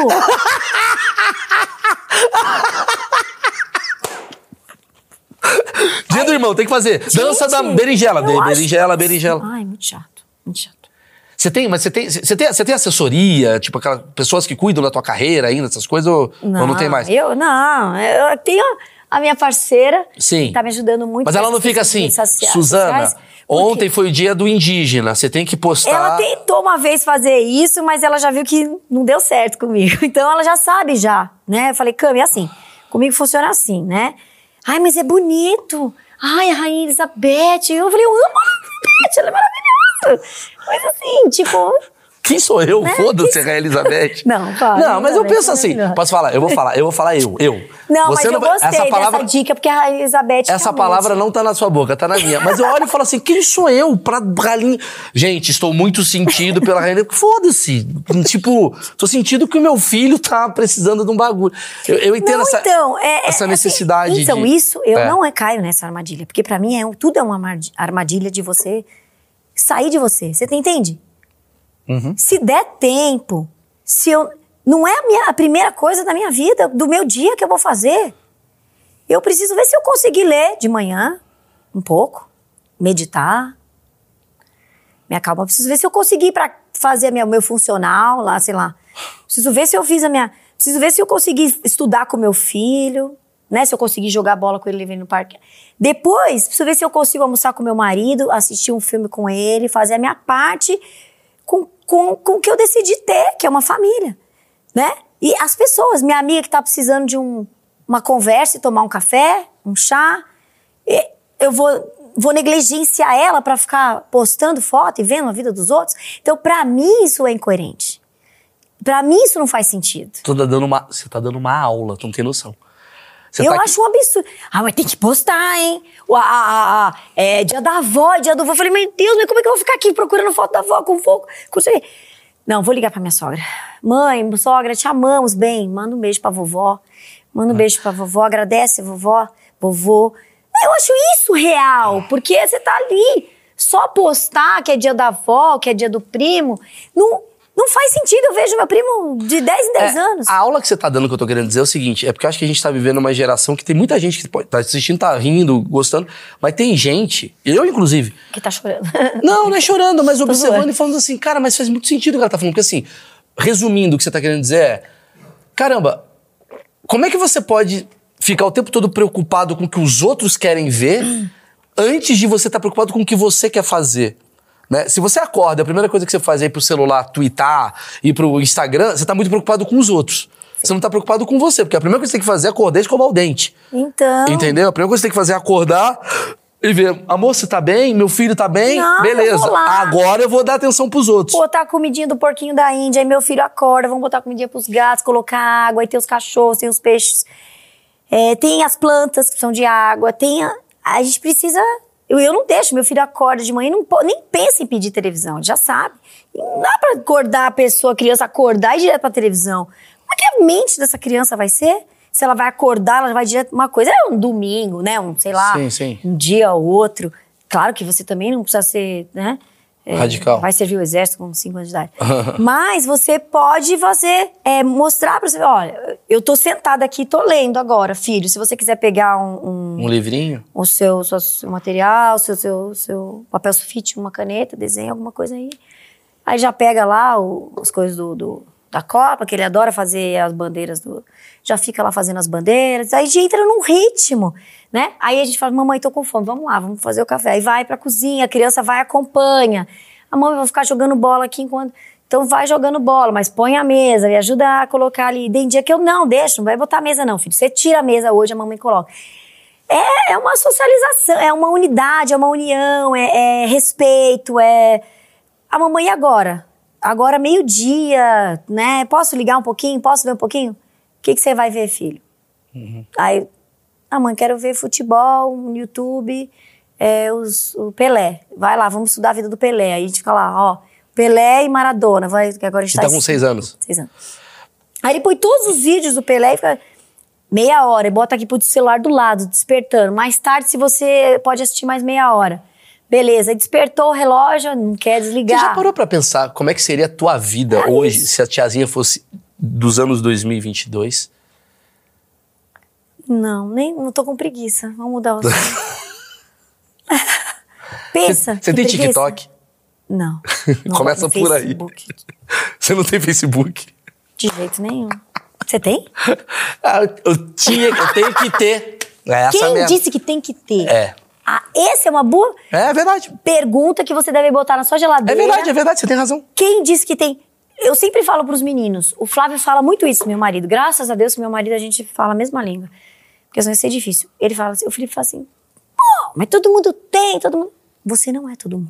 Dia do irmão, tem que fazer. Gente, Dança da berinjela. eu De, acho- berinjela, berinjela. Ai, muito chato, muito chato. Você tem, mas você tem, você tem, você tem assessoria, tipo, aquelas pessoas que cuidam da tua carreira ainda, essas coisas, ou não, ou não tem mais? Eu não, eu tenho a minha parceira Sim. que tá me ajudando muito. Mas ela não nessas fica assim, redes socia- Suzana, sociais, porque ontem foi o dia do indígena, você tem que postar... ela tentou uma vez fazer isso, mas ela já viu que não deu certo comigo. Então ela já sabe já, né? Eu falei, Cami, é assim, comigo funciona assim, né? Ai, mas é bonito. Ai, a Rainha Elizabeth. Eu falei, eu amo a Rainha Elizabeth, ela é maravilhosa. Mas assim, tipo... Quem sou eu? Né? Foda-se, Que- a Elizabeth. Não, para, Não, mas eu Elizabeth penso é assim, maravilhosa. posso falar? Eu vou falar, eu vou falar eu, eu. Não, Você mas eu vai- gostei essa palavra, dessa dica, porque a Rainha Elizabeth Essa realmente- palavra não tá na sua boca, tá na minha. Mas eu olho e falo assim, quem sou eu pra galinha... Gente, estou muito sentido pela Rainha. Foda-se. Tipo, tô sentindo que o meu filho tá precisando de um bagulho. Eu, eu entendo Não, essa, então, é, essa é, necessidade assim, Então, de... isso, eu É. não é, caio nessa armadilha. Porque pra mim, é um- tudo é uma armad- armadilha de você sair de você. Você entende? Uhum. Se der tempo, se eu... Não é a, minha, a primeira coisa da minha vida, do meu dia que eu vou fazer. Eu preciso ver se eu conseguir ler de manhã, um pouco, meditar, me acalmar. Preciso ver se eu conseguir para fazer o meu funcional lá, sei lá. Preciso ver se eu fiz a minha... Preciso ver se eu consegui estudar com meu filho, né? Se eu consegui jogar bola com ele, levei no parque. Depois, preciso ver se eu consigo almoçar com meu marido, assistir um filme com ele, fazer a minha parte com, com, com o que eu decidi ter, que é uma família, né? E as pessoas, minha amiga que tá precisando de um, uma conversa e tomar um café, um chá, e eu vou... Vou negligenciar ela pra ficar postando foto e vendo a vida dos outros? Então, pra mim, isso é incoerente. Pra mim, isso não faz sentido. Tô dando uma, você tá dando uma aula, tu não tem noção. Você eu tá aqui- acho um absurdo. Ah, mas tem que postar, hein? O, a, a, a, é dia da avó, dia do avô. Eu falei, meu Deus, mas como é que eu vou ficar aqui procurando foto da avó com fogo? Com isso aí? Não, vou ligar pra minha sogra. Mãe, sogra, te amamos bem. Manda um beijo pra vovó. Manda um beijo pra vovó. Agradece a vovó, vovô. Eu acho isso real, porque você tá ali. Só postar que é dia da avó, que é dia do primo, não, não faz sentido. Eu vejo meu primo de dez em dez É, anos. A aula que você tá dando, que eu tô querendo dizer, é o seguinte, é porque eu acho que a gente tá vivendo uma geração que tem muita gente que pode, tá assistindo, tá rindo, gostando, mas tem gente, eu inclusive... Que tá chorando. Não, não é chorando, mas observando zoando. e falando assim, cara, mas faz muito sentido o que ela tá falando, porque assim, resumindo o que você tá querendo dizer é, caramba, como é que você pode ficar o tempo todo preocupado com o que os outros querem ver antes de você estar preocupado com o que você quer fazer? Né? Se você acorda, a primeira coisa que você faz é ir pro celular, twittar, ir pro Instagram, você tá muito preocupado com os outros. Você não tá preocupado com você, porque a primeira coisa que você tem que fazer é acordar e escovar o dente. Então... Entendeu? A primeira coisa que você tem que fazer é acordar e ver, amor, você tá bem? Meu filho tá bem? Não, eu Beleza. vou lá. Agora eu vou dar atenção pros outros. Botar a comidinha do porquinho da Índia, aí meu filho acorda, vamos botar comidinha pros gatos, colocar água, aí tem os cachorros, tem os peixes, é, tem as plantas que precisam de água, tem a, a gente precisa... Eu, eu não deixo, meu filho acorda de manhã e não, po- nem pensa em pedir televisão, ele já sabe. E não dá pra acordar a pessoa, a criança acordar e ir direto pra televisão. Como é que a mente dessa criança vai ser? Se ela vai acordar, ela vai direto pra uma coisa. É um domingo, né? Um, sei lá, Sim, sim. um dia ou outro. Claro que você também não precisa ser, né? é, Radical. Vai servir o exército com cinco anos de idade. Mas você pode fazer, é, mostrar pra você, olha, eu tô sentada aqui, tô lendo agora, filho. Se você quiser pegar um, um, Um livrinho? o seu, seu, seu material, seu, seu, seu papel sulfite, uma caneta, desenha alguma coisa aí. Aí já pega lá o, as coisas do, do, da Copa, que ele adora fazer as bandeiras do... Já fica lá fazendo as bandeiras, aí a gente entra num ritmo, né? Aí a gente fala, mamãe, tô com fome, vamos lá, vamos fazer o café. Aí vai pra cozinha, a criança vai e acompanha. A mãe vai ficar jogando bola aqui enquanto... Então vai jogando bola, mas põe a mesa e ajuda a colocar ali. Tem dia que eu não deixo, não vai botar a mesa não, filho. Você tira a mesa hoje, a mamãe coloca. É, é uma socialização, é uma unidade, é uma união, é, é respeito, é... A mamãe agora? Agora meio-dia, né? Posso ligar um pouquinho? Posso ver um pouquinho? O que, que você vai ver, filho? Uhum. Aí, ah, mãe, quero ver futebol no YouTube, é, os, o Pelé. Vai lá, vamos estudar a vida do Pelé. Aí a gente fica lá, ó, Pelé e Maradona. Vai, que agora a gente Você tá com seis anos. Seis anos. Aí ele põe todos os vídeos do Pelé e fica meia hora. E bota aqui pro celular do lado, despertando. Mais tarde, se você pode assistir mais meia hora. Beleza, despertou o relógio, não quer desligar. Você já parou pra pensar como é que seria a tua vida é hoje isso. se a tiazinha fosse dos anos dois mil e vinte e dois? Não, nem, não tô com preguiça. Vamos mudar o assunto. Pensa. Você tem preguiça. TikTok? Não. não Começa por Facebook. aí. Você não tem Facebook? De jeito nenhum. Você tem? Ah, eu, tinha, eu tenho que ter. É essa Quem mesmo. disse que tem que ter? É. Ah, essa é uma boa É verdade. pergunta que você deve botar na sua geladeira. É verdade, é verdade, você tem razão. Quem disse que tem? Eu sempre falo pros meninos, o Flávio fala muito isso, meu marido. Graças a Deus que meu marido, a gente fala a mesma língua. Porque senão ia ser difícil. Ele fala assim, o Felipe fala assim, pô, mas todo mundo tem, todo mundo... Você não é todo mundo.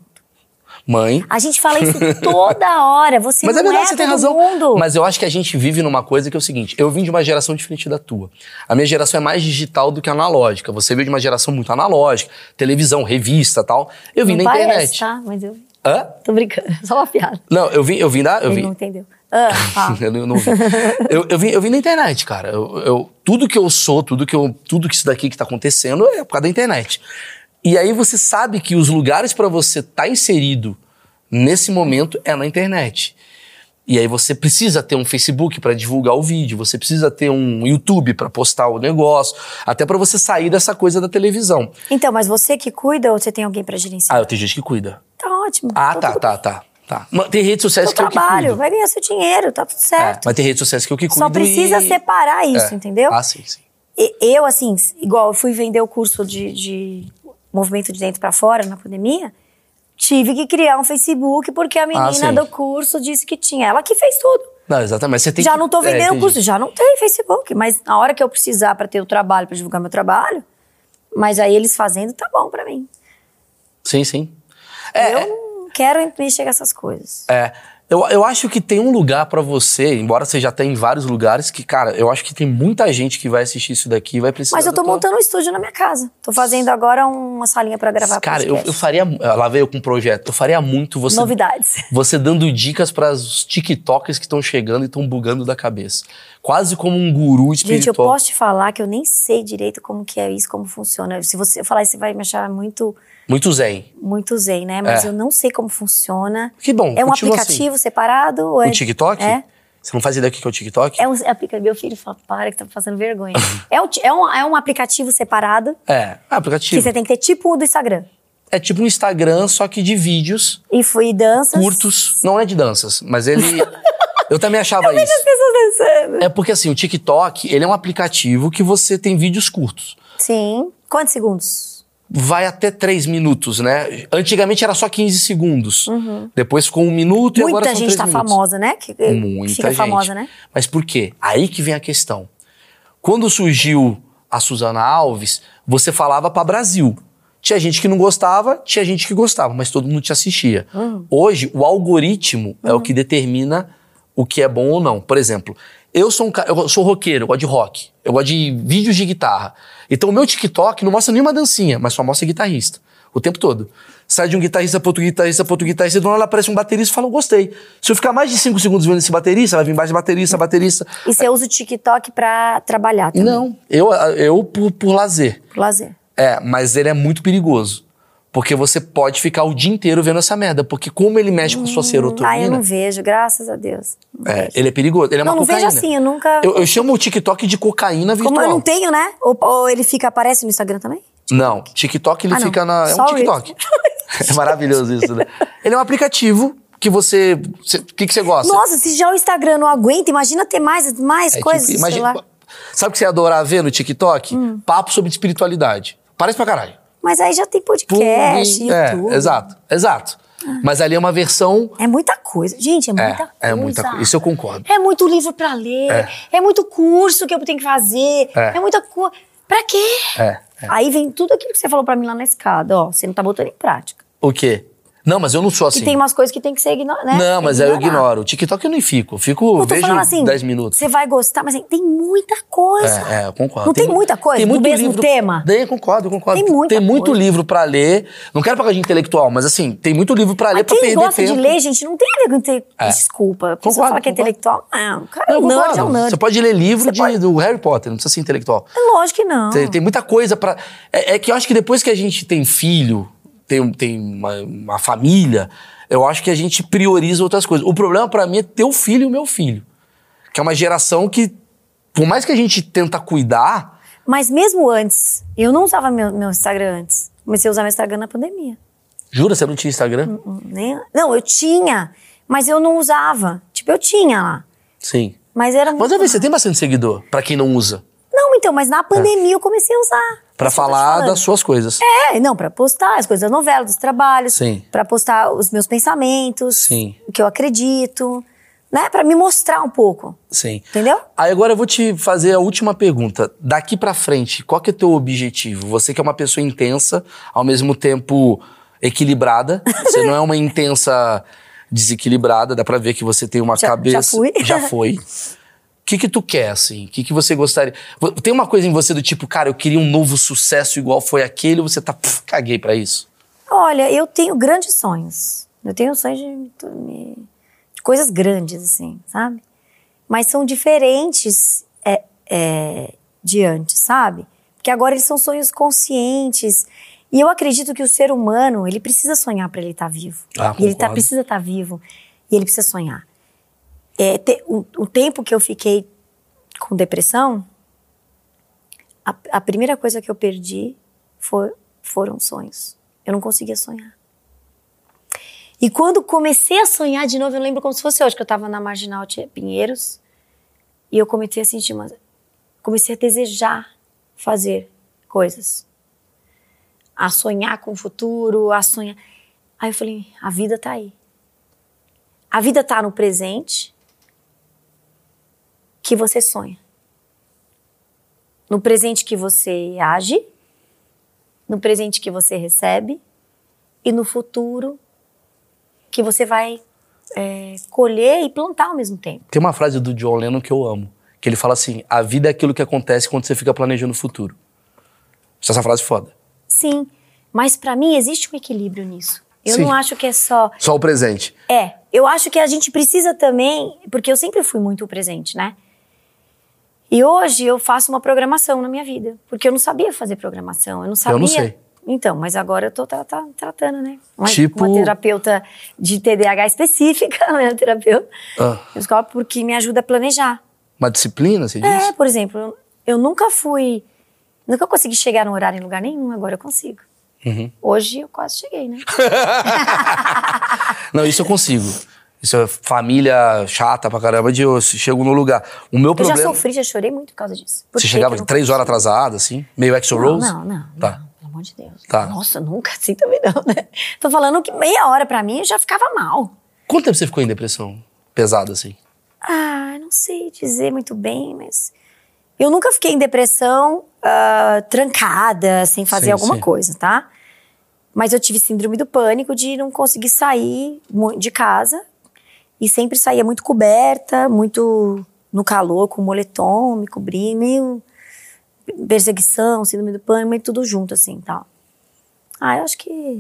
Mãe. A gente fala isso toda hora, você Mas não é verdade, é você todo tem razão. mundo. Mas eu acho que a gente vive numa coisa que é o seguinte, eu vim de uma geração diferente da tua. A minha geração é mais digital do que analógica. Você veio de uma geração muito analógica, televisão, revista e tal. Eu vim não na parece, internet. tá? Mas eu... Hã? Tô brincando, só uma piada. Não, eu vim, eu vim da... Eu Ele vim... não entendeu. Ah, ah. eu não, não vi. eu, eu, vim, eu vim na internet, cara. Eu, eu, tudo que eu sou, tudo que, eu, tudo que isso daqui que tá acontecendo é por causa da internet. E aí você sabe que os lugares pra você estar inserido nesse momento é na internet. E aí você precisa ter um Facebook pra divulgar o vídeo, você precisa ter um YouTube pra postar o negócio, até pra você sair dessa coisa da televisão. Então, mas você que cuida ou você tem alguém pra gerenciar? Ah, eu tenho gente que cuida. Tá ótimo. Ah, tá, tudo tá, tá, tá. Mas tem redes sociais Seu que eu que trabalho, cuido. vai ganhar seu dinheiro, tá tudo É, certo. mas tem redes sociais que eu que cuido. Só precisa e... separar isso, É. entendeu? Ah, sim, sim. E- Eu, assim, igual eu fui vender o curso de, de movimento de dentro pra fora na pandemia, tive que criar um Facebook porque a menina sim. do curso disse que tinha. Ela que fez tudo. Não, exatamente. Você tem Já que... não tô é, vendendo o entendi. curso, já não tem Facebook. Mas na hora que eu precisar pra ter o trabalho, pra divulgar meu trabalho, mas aí eles fazendo, tá bom pra mim. Sim, sim. É, eu não quero mexer com essas coisas. é, eu, eu acho que tem um lugar pra você, embora você já tenha em vários lugares, que, cara, eu acho que tem muita gente que vai assistir isso daqui e vai precisar... Mas eu tô da tua- montando um estúdio na minha casa. Tô fazendo agora uma salinha pra gravar Cara, eu, podcast. eu faria... Lá veio com um projeto. Eu faria muito você... Novidades. Você dando dicas para os tiktokers que estão chegando e estão bugando da cabeça. Quase como um guru espiritual. Gente, eu posso te falar que eu nem sei direito como que é isso, como funciona. Se você eu falar isso, você vai me achar muito, Muito zen. muito zen, né? Mas É. eu não sei como funciona. Que bom, É um continua aplicativo separado? Ou é... O TikTok? É. Você não faz ideia do que é o TikTok? É um aplicativo. Meu filho fala, para que tá fazendo vergonha. é, um, é, um, é um aplicativo separado É, aplicativo. que você tem que ter tipo o do Instagram. É tipo um Instagram, só que de vídeos E fui danças. curtos. Não é de danças, mas ele... Eu também achava Eu vejo isso. as pessoas dançando. É porque assim, o TikTok, ele é um aplicativo que você tem vídeos curtos. Sim. Quantos segundos? Vai até três minutos, né? Antigamente era só quinze segundos. Depois ficou um minuto e Muita agora são gente três tá minutos. famosa, né? Que, que Muita fica gente. famosa, né? Mas por quê? Aí que vem a questão. Quando surgiu a Suzana Alves, você falava pra Brasil. Tinha gente que não gostava, tinha gente que gostava, mas todo mundo te assistia. Uhum. Hoje, o algoritmo é o que determina o que é bom ou não. Por exemplo, eu sou um cara, eu sou roqueiro, eu gosto de rock, eu gosto de vídeos de guitarra. Então o meu TikTok não mostra nenhuma dancinha, mas só mostra guitarrista. O tempo todo. Sai de um guitarrista para outro guitarrista, para outro guitarrista, e do nada aparece um baterista e fala, eu gostei. Se eu ficar mais de cinco segundos vendo esse baterista, vai vir mais baterista, baterista. E você usa o TikTok pra trabalhar também? Não, eu, eu por, por lazer. Por lazer. É, mas ele é muito perigoso. Porque você pode ficar o dia inteiro vendo essa merda. Porque como ele mexe com a sua serotonina... Ah, eu não vejo, graças a Deus. Não É, vejo. ele é perigoso, ele é Não, uma não cocaína. vejo assim, eu nunca... Eu, eu chamo o TikTok de cocaína virtual. Como eu não tenho, né? Ou, ou ele fica, aparece no Instagram também? Não, TikTok ele Ah, não. fica na... É um Sorry. TikTok. É maravilhoso isso, né? Ele é um aplicativo que você... O que, que você gosta? Nossa, se já o Instagram não aguenta, imagina ter mais, mais É coisas tipo, no imagina- celular. Sabe o que você ia adorar ver no TikTok? Hum. Papo sobre espiritualidade. Parece pra caralho. Mas aí já tem podcast, Pum, é, YouTube. exato, exato. Mas ali é uma versão... É muita coisa. Gente, é muita coisa. É muita coisa. Isso eu concordo. É muito livro pra ler. É. É, muito curso que eu tenho que fazer. É. É, muita coisa. Pra quê? É, é. Aí vem tudo aquilo que você falou pra mim lá na escada. Ó, você não tá botando em prática. O quê? Não, mas eu não sou assim. E tem umas coisas que tem que ser ignoradas, né? Não, Tem mas que aí eu ignorar. ignoro. O TikTok eu nem fico. Eu fico, Eu tô vejo falando assim, dez minutos. você vai gostar, mas assim, tem muita coisa. É, é, eu concordo. Não tem, muita coisa tem do muito mesmo livro, tema? Tem, eu concordo, eu concordo. Tem muita muito coisa. livro pra ler. Não quero pagar de intelectual, mas assim, tem muito livro pra ler Mas pra quem perder gosta tempo. de ler, gente, não tem a ver com ter... É. Desculpa. A pessoa Concordo, fala que é concordo. intelectual. Não, o cara Não, é eu um nerd, é concordo. um nerd. Você pode ler livro Você de, pode- do Harry Potter, não precisa ser intelectual. É lógico que não. Tem, tem muita coisa pra... É, é que eu acho que depois que a gente tem filho, tem, tem uma, uma família, eu acho que a gente prioriza outras coisas. O problema pra mim é teu filho e o meu filho. Que é uma geração que, por mais que a gente tenta cuidar... Mas mesmo antes, eu não usava meu, meu Instagram antes. Comecei a usar meu Instagram na pandemia. Jura? Você não tinha Instagram? Não, nem, não, eu tinha, mas eu não usava. Tipo, eu tinha lá. Sim. Mas era muito... Mas ver, você tem bastante seguidor, pra quem não usa. Não, então, mas na pandemia é. eu comecei a usar. Pra falar das suas coisas. É, não, pra postar as coisas da novela, dos trabalhos. Sim. Pra postar os meus pensamentos. Sim. O que eu acredito. Né? Pra me mostrar um pouco. Sim. Entendeu? Aí agora eu vou te fazer a última pergunta. Daqui pra frente, qual que é o teu objetivo? Você que é uma pessoa intensa, ao mesmo tempo equilibrada. Você não é uma intensa desequilibrada. Dá pra ver que você tem uma já, cabeça... Já fui. Já foi. O que que tu quer, assim? O que que você gostaria... Tem uma coisa em você do tipo, cara, eu queria um novo sucesso igual foi aquele, ou você tá... Pff, caguei pra isso? Olha, eu tenho grandes sonhos. Eu tenho sonhos de... de coisas grandes, assim, sabe? Mas são diferentes é, é, de antes, sabe? Porque agora eles são sonhos conscientes. E eu acredito que o ser humano, ele precisa sonhar para ele estar vivo. Ah, e ele tá, precisa estar vivo. E ele precisa sonhar. É, te, o, o tempo que eu fiquei com depressão, a, a primeira coisa que eu perdi foi, foram sonhos. Eu não conseguia sonhar. E quando comecei a sonhar de novo, eu lembro como se fosse hoje, que eu tava na Marginal Pinheiros, e eu comecei a sentir uma... Comecei a desejar fazer coisas. A sonhar com o futuro, a sonhar... Aí eu falei, a vida tá aí. A vida tá no presente que você sonha. No presente que você age, no presente que você recebe, e no futuro que você vai é, colher e plantar ao mesmo tempo. Tem uma frase do John Lennon que eu amo, que ele fala assim, a vida é aquilo que acontece quando você fica planejando o futuro. Essa frase é foda. Sim, mas pra mim existe um equilíbrio nisso. Eu Sim. não acho que é só... Só o presente. É, eu acho que a gente precisa também, porque eu sempre fui muito o presente, né? E hoje eu faço uma programação na minha vida, porque eu não sabia fazer programação, eu não sabia... Eu não sei. Então, mas agora eu tô tá, tá, tratando, né? Uma, tipo... uma terapeuta de T D A H específica, né? Terapeuta. Ah. Escola porque me ajuda a planejar. Uma disciplina, você diz? É, por exemplo, eu, eu nunca fui... Nunca consegui chegar no horário em lugar nenhum, agora eu consigo. Uhum. Hoje eu quase cheguei, né? Não, isso eu consigo. Isso é família chata pra caramba de eu chego no lugar. O meu eu problema... já sofri, já chorei muito por causa disso. Por Você que chegava que eu de três não horas atrasada, assim? Meio Exo Rose? Não, não, Tá. não, pelo amor de Deus. Tá. Nossa, nunca assim também não, né? Tô falando que meia hora pra mim eu já ficava mal. Quanto tempo você ficou em depressão? Pesada, assim? Ah, não sei dizer muito bem, mas... Eu nunca fiquei em depressão uh, trancada, sem fazer sim, alguma sim. coisa, tá? Mas eu tive síndrome do pânico de não conseguir sair de casa. E sempre saía muito coberta, muito no calor, com moletom, me cobria, meio perseguição, síndrome do pânico, meio tudo junto, assim, tal. Ah, eu acho que...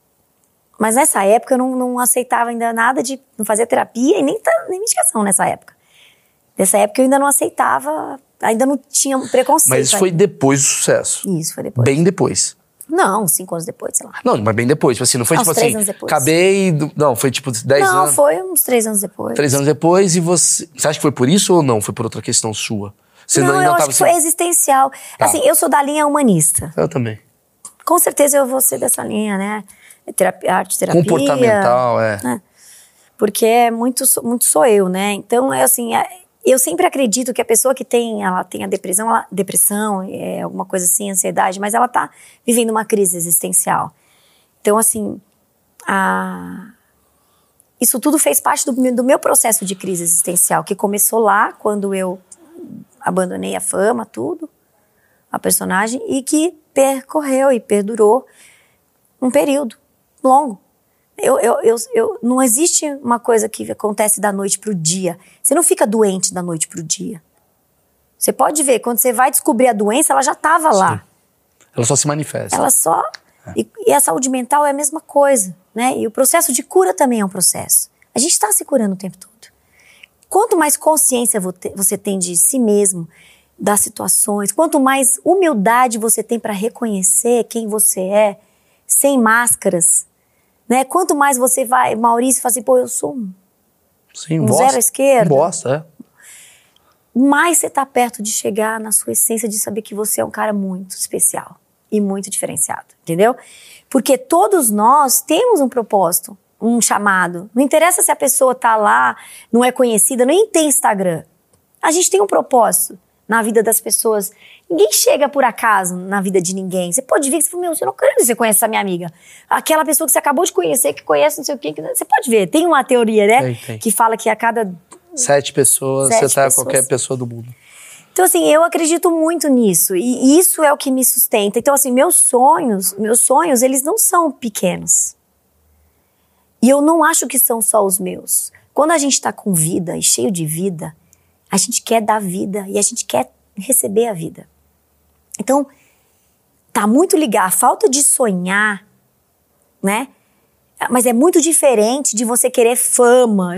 Mas nessa época eu não, não aceitava ainda nada de... Não fazia terapia e nem, nem medicação nessa época. Nessa época eu ainda não aceitava... Ainda não tinha preconceito. Mas isso foi ainda. depois do sucesso. Isso, foi depois. Bem depois. Não, cinco anos depois, sei lá. Não, mas bem depois. Tipo assim, não foi Ah, tipo uns três assim, anos depois. acabei... Do... Não, foi tipo dez não, anos. Não, foi uns três anos depois. Três anos depois e você... Você acha que foi por isso ou não? Foi por outra questão sua? Você não, não, eu não acho tava que foi existencial. Tá. Assim, eu sou da linha humanista. Eu também. Com certeza eu vou ser dessa linha, né? Terapia, arte, terapia. Comportamental, é. Né? Porque é muito, muito sou eu, né? Então, é assim... É, eu sempre acredito que a pessoa que tem, ela tem a depressão, ela, depressão, é alguma coisa assim, ansiedade, mas ela tá vivendo uma crise existencial. Então, assim, a... isso tudo fez parte do meu, do meu processo de crise existencial, que começou lá, quando eu abandonei a fama, tudo, a personagem, e que percorreu e perdurou um período longo. Eu, eu, eu, eu, não existe uma coisa que acontece da noite pro dia. Você não fica doente da noite pro dia. Você pode ver, quando você vai descobrir a doença, ela já estava lá. Ela só se manifesta. Ela só... É. E, e a saúde mental é a mesma coisa, né? E o processo de cura também é um processo. A gente está se curando o tempo todo. Quanto mais consciência você tem de si mesmo, das situações, quanto mais humildade você tem para reconhecer quem você é, sem máscaras, né? Quanto mais você vai, Maurício, fala assim, pô, eu sou um, Sim, um, um bosta, zero à esquerda. Um bosta, é. Mais você tá perto de chegar na sua essência de saber que você é um cara muito especial e muito diferenciado, entendeu? Porque todos nós temos um propósito, um chamado. Não interessa se a pessoa tá lá, não é conhecida, nem tem Instagram. A gente tem um propósito na vida das pessoas. Ninguém chega por acaso na vida de ninguém. Você pode ver que você fala, meu, você não acredita que você conhece essa minha amiga. Aquela pessoa que você acabou de conhecer, que conhece não sei o quê. Você pode ver, tem uma teoria, né? Tem, tem. Que fala que a cada... Sete pessoas, Sete você tá pessoas. qualquer pessoa do mundo. Então, assim, eu acredito muito nisso. E isso é o que me sustenta. Então, assim, meus sonhos, meus sonhos, eles não são pequenos. E eu não acho que são só os meus. Quando a gente tá com vida e cheio de vida, a gente quer dar vida e a gente quer receber a vida. Então, tá muito ligado. A falta de sonhar, né? Mas é muito diferente de você querer fama.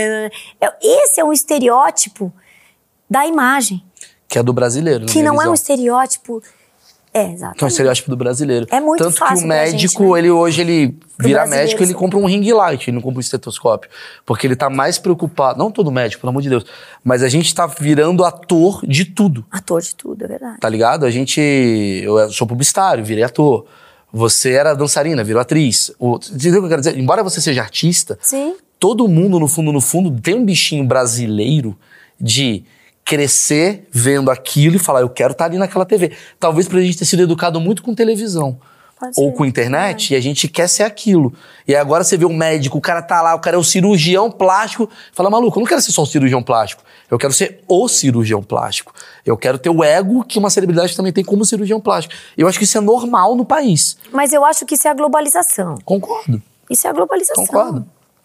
Esse é um estereótipo da imagem. Que é do brasileiro. Que não é um estereótipo... É, exato. Que é um estereótipo do brasileiro. É muito Tanto fácil que o pra médico, gente, né? ele hoje, ele Pro vira brasileiro, médico, ele sim. compra um ring light, ele não compra um estetoscópio. Porque ele tá mais preocupado, não todo médico, pelo amor de Deus, mas a gente tá virando ator de tudo, Ator de tudo, é verdade. tá ligado? A gente, eu sou publicitário, virei ator. Você era dançarina, virou atriz. O, entendeu o que eu quero dizer? Embora você seja artista, Sim. todo mundo, no fundo, no fundo, tem um bichinho brasileiro de crescer vendo aquilo e falar, eu quero estar ali naquela T V. Talvez pra gente ter sido educado muito com televisão. Pode Ou ser. com internet, é. E a gente quer ser aquilo. E aí agora você vê o médico, o cara tá lá, o cara é o cirurgião plástico. Fala, maluco, eu não quero ser só o cirurgião plástico. Eu quero ser o cirurgião plástico. Eu quero ter o ego que uma celebridade também tem como cirurgião plástico. Eu acho que isso é normal no país. Mas eu acho que isso é a globalização. Concordo. Isso é a globalização. Concordo.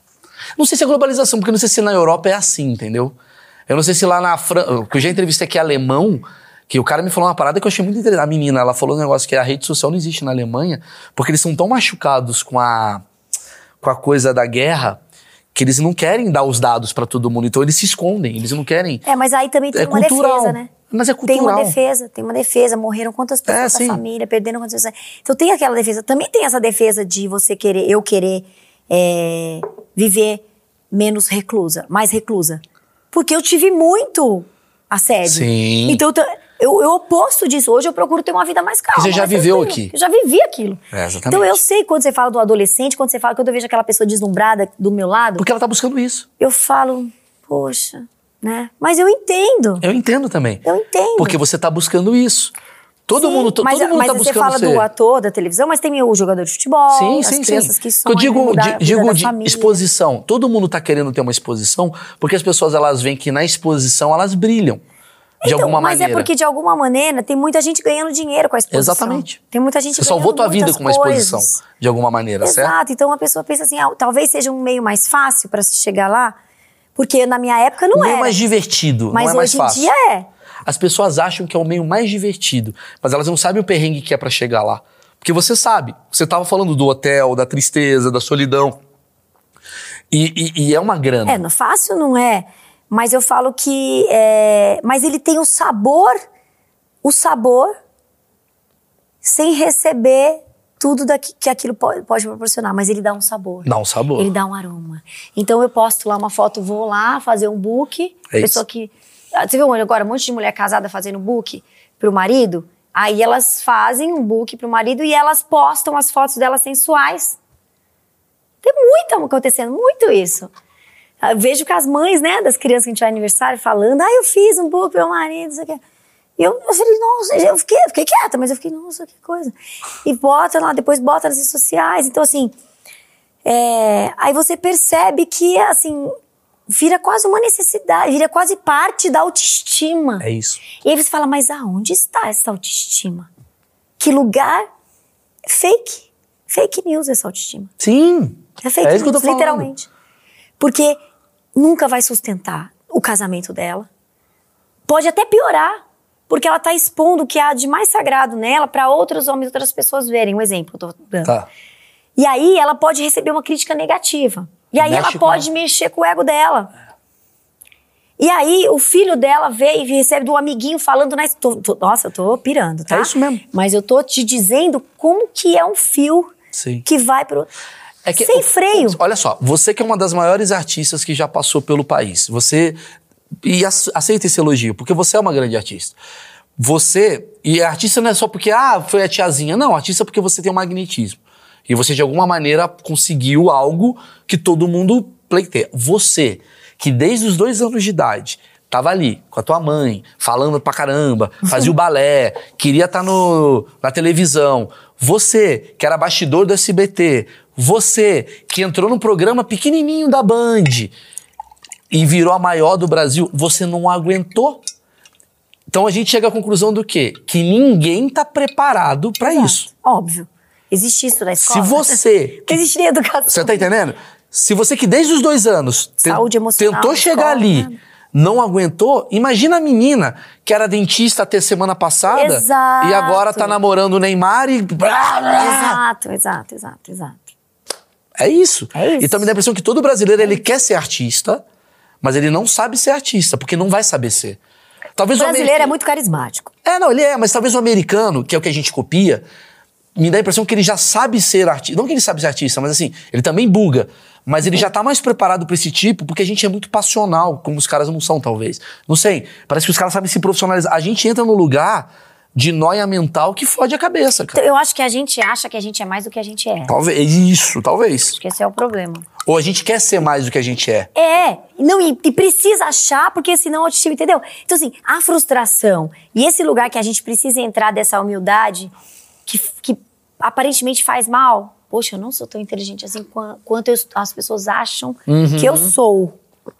Não sei se é globalização, porque eu não sei se na Europa é assim, entendeu? Eu não sei se lá na França... Eu já entrevistei aqui alemão, que o cara me falou uma parada que eu achei muito interessante. A menina, ela falou um negócio que a rede social não existe na Alemanha, porque eles são tão machucados com a, com a coisa da guerra, que eles não querem dar os dados pra todo mundo. Então eles se escondem, eles não querem... É, mas aí também tem É uma cultural. defesa, né? Mas é cultural. Tem uma defesa, tem uma defesa. Morreram quantas pessoas É, sim. da família, perderam quantas pessoas... Então tem aquela defesa. Também tem essa defesa de você querer, eu querer é, viver menos reclusa, mais reclusa. Porque eu tive muito assédio. Sim. Então, eu, eu oposto disso. Hoje eu procuro ter uma vida mais calma. Você já mais viveu tranquila. aqui. Eu já vivi aquilo. É, exatamente. Então eu sei quando você fala do adolescente, quando você fala, quando eu vejo aquela pessoa deslumbrada do meu lado, Porque ela tá buscando isso. eu falo, poxa, né? Mas eu entendo. Eu entendo também. Eu entendo. Porque você tá buscando isso. Todo Sim, mundo, to- mas, todo mundo mas tá você buscando fala ser. do ator da televisão, mas tem o jogador de futebol, Sim, as sim, crianças sim. que são Eu digo, da, di- vida digo da de família. exposição. Todo mundo tá querendo ter uma exposição, porque as pessoas elas veem que na exposição elas brilham. De Então, alguma mas maneira. é porque de alguma maneira tem muita gente ganhando dinheiro com a exposição. Exatamente. Tem muita gente Você ganhando salvou tua vida muitas com uma exposição, coisas. de alguma maneira, certo? Exato. Então a pessoa pensa assim, ah, talvez seja um meio mais fácil pra se chegar lá, porque na minha época não O meio era. mais divertido, Mas não é mais hoje fácil. em dia é. As pessoas acham que é o meio mais divertido, mas elas não sabem o perrengue que é pra chegar lá. Porque você sabe, você tava falando do hotel, da tristeza, da solidão. E, e, e é uma grana. É, não fácil não é. Mas eu falo que... É, mas ele tem o sabor, o sabor, sem receber tudo daqui, que aquilo pode, pode proporcionar. Mas ele dá um sabor. Dá um sabor. Ele dá um aroma. Então eu posto lá uma foto, vou lá fazer um book. É pessoa isso. que... Você viu agora um monte de mulher casada fazendo book pro marido? Aí elas fazem um book pro marido e elas postam as fotos delas sensuais. Tem muito acontecendo, muito isso. Eu vejo que as mães, né, das crianças que a gente vai aniversário falando, ah, eu fiz um book pro meu marido, isso aqui. E eu, eu falei, nossa, eu fiquei, eu fiquei quieta, mas eu fiquei, nossa, que coisa. E bota lá, depois bota nas redes sociais. Então, assim, é, aí você percebe que, assim, vira quase uma necessidade, vira quase parte da autoestima. É isso. E aí você fala, mas aonde está essa autoestima? Que lugar? Fake. Fake news essa autoestima. Sim. É fake É isso que eu news, tô falando. literalmente. Porque nunca vai sustentar o casamento dela. Pode até piorar, porque ela tá expondo o que há de mais sagrado nela para outros homens, outras pessoas verem. Um exemplo, eu tô dando. Tá. E aí ela pode receber uma crítica negativa. E aí Mexe ela com pode ela. mexer com o ego dela. E aí o filho dela vê e recebe do amiguinho falando... Na... Tô, tô, nossa, eu tô pirando, tá? É isso mesmo. Mas eu tô te dizendo como que é um fio Sim. que vai pro... É que, sem freio. Olha só, você que é uma das maiores artistas que já passou pelo país, você... E aceita esse elogio, porque você é uma grande artista. Você... E artista não é só porque, ah, foi a tiazinha. Não, artista porque você tem um magnetismo. E você, de alguma maneira, conseguiu algo que todo mundo pleiteia. Você, que desde os dois anos de idade... Tava ali, com a tua mãe, falando pra caramba, fazia o balé, queria estar no, na televisão. Você, que era bastidor do S B T. Você, que entrou num programa pequenininho da Band e virou a maior do Brasil. Você não aguentou. Então a gente chega à conclusão do quê? Que ninguém tá preparado pra Exato. Isso. Óbvio. Existe isso na escola? Se você... Não existe nem educação. Você tá entendendo? Se você que desde os dois anos Saúde emocional, tentou chegar escola, ali... Né? Não aguentou? Imagina a menina que era dentista até semana passada exato. E agora tá namorando o Neymar e... Exato, exato, exato, exato. É isso. É isso. Então me dá a impressão que todo brasileiro ele quer ser artista, mas ele não sabe ser artista, porque não vai saber ser. Talvez o brasileiro o americano... é muito carismático. É, não, ele é, mas talvez o americano, que é o que a gente copia, me dá a impressão que ele já sabe ser artista. Não que ele sabe ser artista, mas assim, ele também buga. Mas ele já tá mais preparado pra esse tipo, porque a gente é muito passional, como os caras não são, talvez. Não sei, parece que os caras sabem se profissionalizar. A gente entra no lugar de nóia mental que fode a cabeça, cara. Então, eu acho que a gente acha que a gente é mais do que a gente é. Talvez, isso, talvez. Acho que esse é o problema. Ou a gente quer ser mais do que a gente é. É, não, e, e precisa achar, porque senão a autoestima, entendeu? Então assim, a frustração e esse lugar que a gente precisa entrar dessa humildade, que, que aparentemente faz mal... Poxa, eu não sou tão inteligente assim quanto eu, as pessoas acham uhum. que eu sou.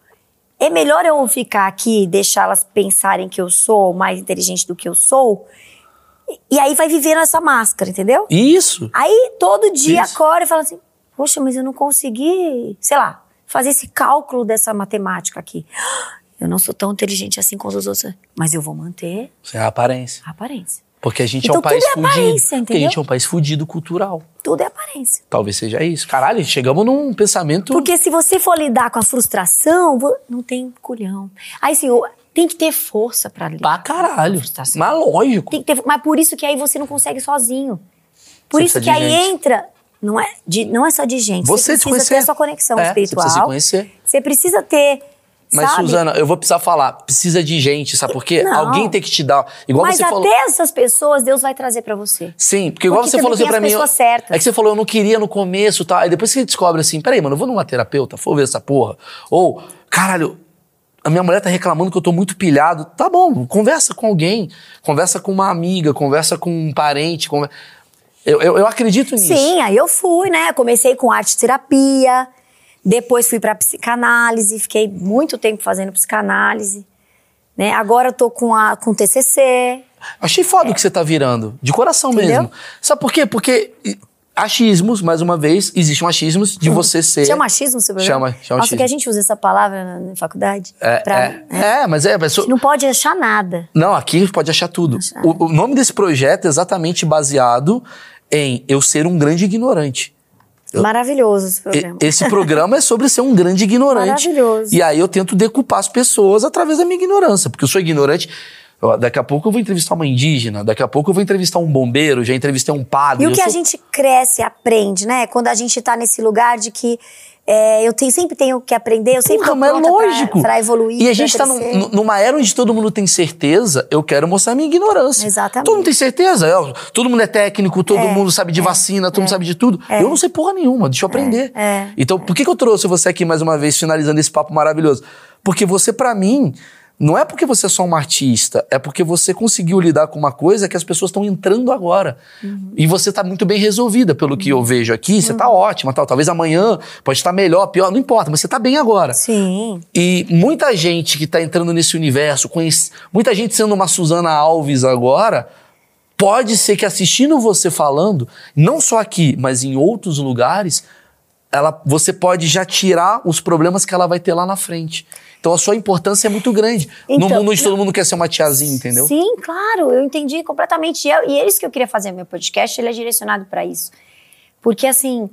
É melhor eu ficar aqui e deixá-las pensarem que eu sou mais inteligente do que eu sou. E, e aí vai viver nessa máscara, entendeu? Isso. Aí todo dia Isso. acorda e fala assim, poxa, mas eu não consegui, sei lá, fazer esse cálculo dessa matemática aqui. Eu não sou tão inteligente assim quanto os outros, mas eu vou manter... Isso é a aparência. A aparência. Porque a gente então, é um país tudo é fudido. Aparência, porque a gente é um país fudido cultural. Tudo é aparência. Talvez seja isso. Caralho, chegamos num pensamento... Porque se você for lidar com a frustração, não tem culhão. Aí assim, tem que ter força pra lidar. Pra caralho. Frustração. Mas lógico. Tem que ter, mas por isso que aí você não consegue sozinho. Por Você isso que precisa aí de gente. entra... Não é, de, não é só de gente. Você Você te precisa conhecer. ter a sua conexão É, espiritual. Você precisa se conhecer. Você precisa ter... Mas, sabe? Suzana, eu vou precisar falar. Precisa de gente, sabe por quê? Não. Alguém tem que te dar... Igual Mas você até falou... essas pessoas Deus vai trazer pra você. Sim, porque igual Porque você falou assim também pra tem mim... as pessoas certas. É que você falou, eu não queria no começo, tá? Aí depois você descobre assim, peraí, mano, eu vou numa terapeuta, vou ver essa porra. Ou, caralho, a minha mulher tá reclamando que eu tô muito pilhado. Tá bom, conversa com alguém. Conversa com uma amiga, conversa com um parente. Conver... Eu, eu, eu acredito nisso. Sim, aí eu fui, né? Comecei com arte-terapia, depois fui pra psicanálise, fiquei muito tempo fazendo psicanálise, né? Agora eu tô com, a, com T C C. Achei foda o que você tá virando, de coração Entendeu? mesmo. Sabe por quê? Porque achismos, mais uma vez, existem achismos de você ser... Chama achismo, seu programa? Chama, chama Nossa, achismo. que a gente usa essa palavra na, na faculdade. É, pra, é, é, mas é... Mas A gente não pode achar nada. Não, aqui pode achar tudo. Achar. O, o nome desse projeto é exatamente baseado em eu ser um grande ignorante. Eu, Maravilhoso esse programa. Esse programa é sobre ser um grande ignorante. Maravilhoso. E aí eu tento decupar as pessoas através da minha ignorância, porque eu sou ignorante. Eu, daqui a pouco eu vou entrevistar uma indígena, daqui a pouco eu vou entrevistar um bombeiro, já entrevistei um padre. E o que sou... a gente cresce, aprende, né? Quando a gente tá nesse lugar de que é, eu tenho, sempre tenho que aprender, eu sempre Porra, tô mas é pronta lógico. Pra, pra evoluir. E a gente tá num, numa era onde todo mundo tem certeza, eu quero mostrar a minha ignorância. Exatamente. Todo mundo tem certeza, eu, todo mundo é técnico, todo É, mundo sabe de é, vacina, todo é, mundo sabe de tudo. é. Eu não sei porra nenhuma, deixa eu aprender. é, então, por que, que eu trouxe você aqui mais uma vez, finalizando esse papo maravilhoso? Porque você, pra mim, não é porque você é só uma artista, é porque você conseguiu lidar com uma coisa que as pessoas estão entrando agora. Uhum. E você tá muito bem resolvida, pelo uhum. que eu vejo aqui. Você uhum. tá ótima, tal. Talvez amanhã pode estar melhor, pior, não importa, mas você tá bem agora. Sim. E muita gente que tá entrando nesse universo, conhece, muita gente sendo uma Suzana Alves agora, pode ser que assistindo você falando, não só aqui, mas em outros lugares, ela, você pode já tirar os problemas que ela vai ter lá na frente. Então a sua importância é muito grande. Então, no mundo onde todo mundo quer ser uma tiazinha, entendeu? Sim, claro, eu entendi completamente. E é, e é isso que eu queria fazer. Meu podcast, ele é direcionado para isso. Porque, assim,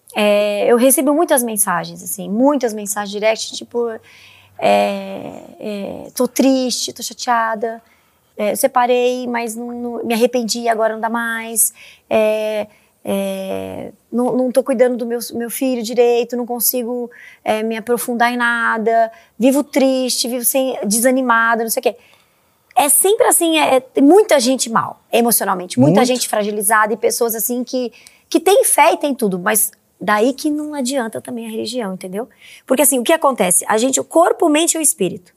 é, eu recebo muitas mensagens, assim, muitas mensagens direct, tipo, é, é, tô triste, tô chateada, é, separei, mas não, não, me arrependi, agora não dá mais. É, É, não, não tô cuidando do meu, meu filho direito, não consigo é, me aprofundar em nada, vivo triste, vivo sem, desanimada, não sei o quê. É sempre assim, é, é muita gente mal, emocionalmente, muita Muito. gente fragilizada e pessoas assim que, que tem fé e tem tudo, mas daí que não adianta também a religião, entendeu? Porque assim, o que acontece? A gente, o corpo, mente e o espírito.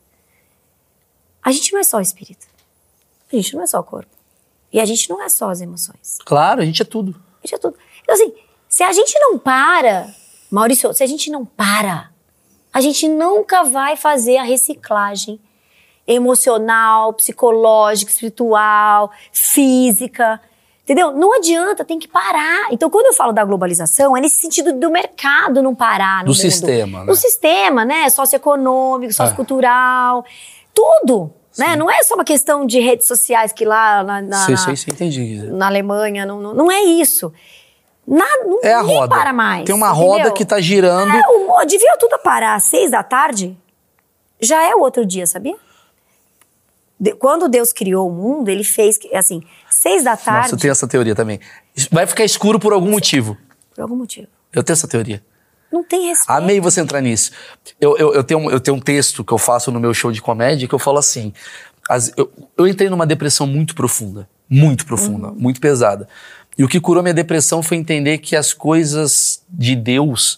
A gente não é só o espírito, a gente não é só o corpo. E a gente não é só as emoções. Claro, a gente é tudo. A gente é tudo. Então assim, se a gente não para, Maurício, se a gente não para, a gente nunca vai fazer a reciclagem emocional, psicológica, espiritual, física, entendeu? Não adianta, tem que parar. Então, quando eu falo da globalização, é nesse sentido do mercado não parar no Do mundo. sistema, né? Do sistema, né? Socioeconômico, sociocultural, tudo, né? Não é só uma questão de redes sociais que lá na, na, Sim, sim, sim, entendi. na Alemanha, não, não, não é isso. Nada, não, É a ninguém roda. para mais. Tem uma entendeu? roda que tá girando. É, o, devia tudo parar às seis da tarde, já é o outro dia, sabia? De, quando Deus criou o mundo, ele fez, assim, seis da tarde... Nossa, eu tenho essa teoria também. Vai ficar escuro por algum motivo. Por algum motivo. Eu tenho essa teoria. Não tem respeito. Amei você entrar nisso. Eu, eu, eu, tenho, eu tenho um texto que eu faço no meu show de comédia que eu falo assim... As, eu, eu entrei numa depressão muito profunda. Muito profunda. Uhum. Muito pesada. E o que curou minha depressão foi entender que as coisas de Deus...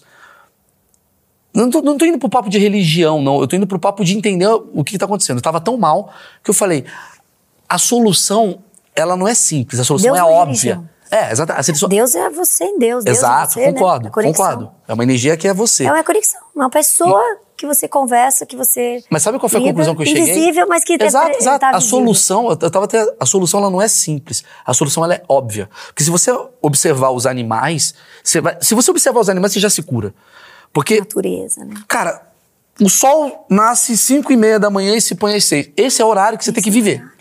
Não tô, não tô indo pro papo de religião, não. Eu tô indo pro papo de entender o que, que tá acontecendo. Eu tava tão mal que eu falei... A solução, ela não é simples. A solução Deus é não é óbvia. religião. É, exatamente. Deus é você em Deus. Deus Exato, é você, concordo, né? É concordo. É uma energia que é você. É uma conexão. Uma pessoa e... que você conversa, que você... Mas sabe qual foi a lida, conclusão que eu cheguei? Invisível, mas que... Exato, é, exato. tá a solução, eu tava até, a solução ela não é simples. A solução ela é óbvia. Porque se você observar os animais, você vai, se você observar os animais, você já se cura. Porque... Natureza, né? Cara, o sol nasce às cinco e meia da manhã e se põe às seis. Esse é o horário que você Esse tem que viver. É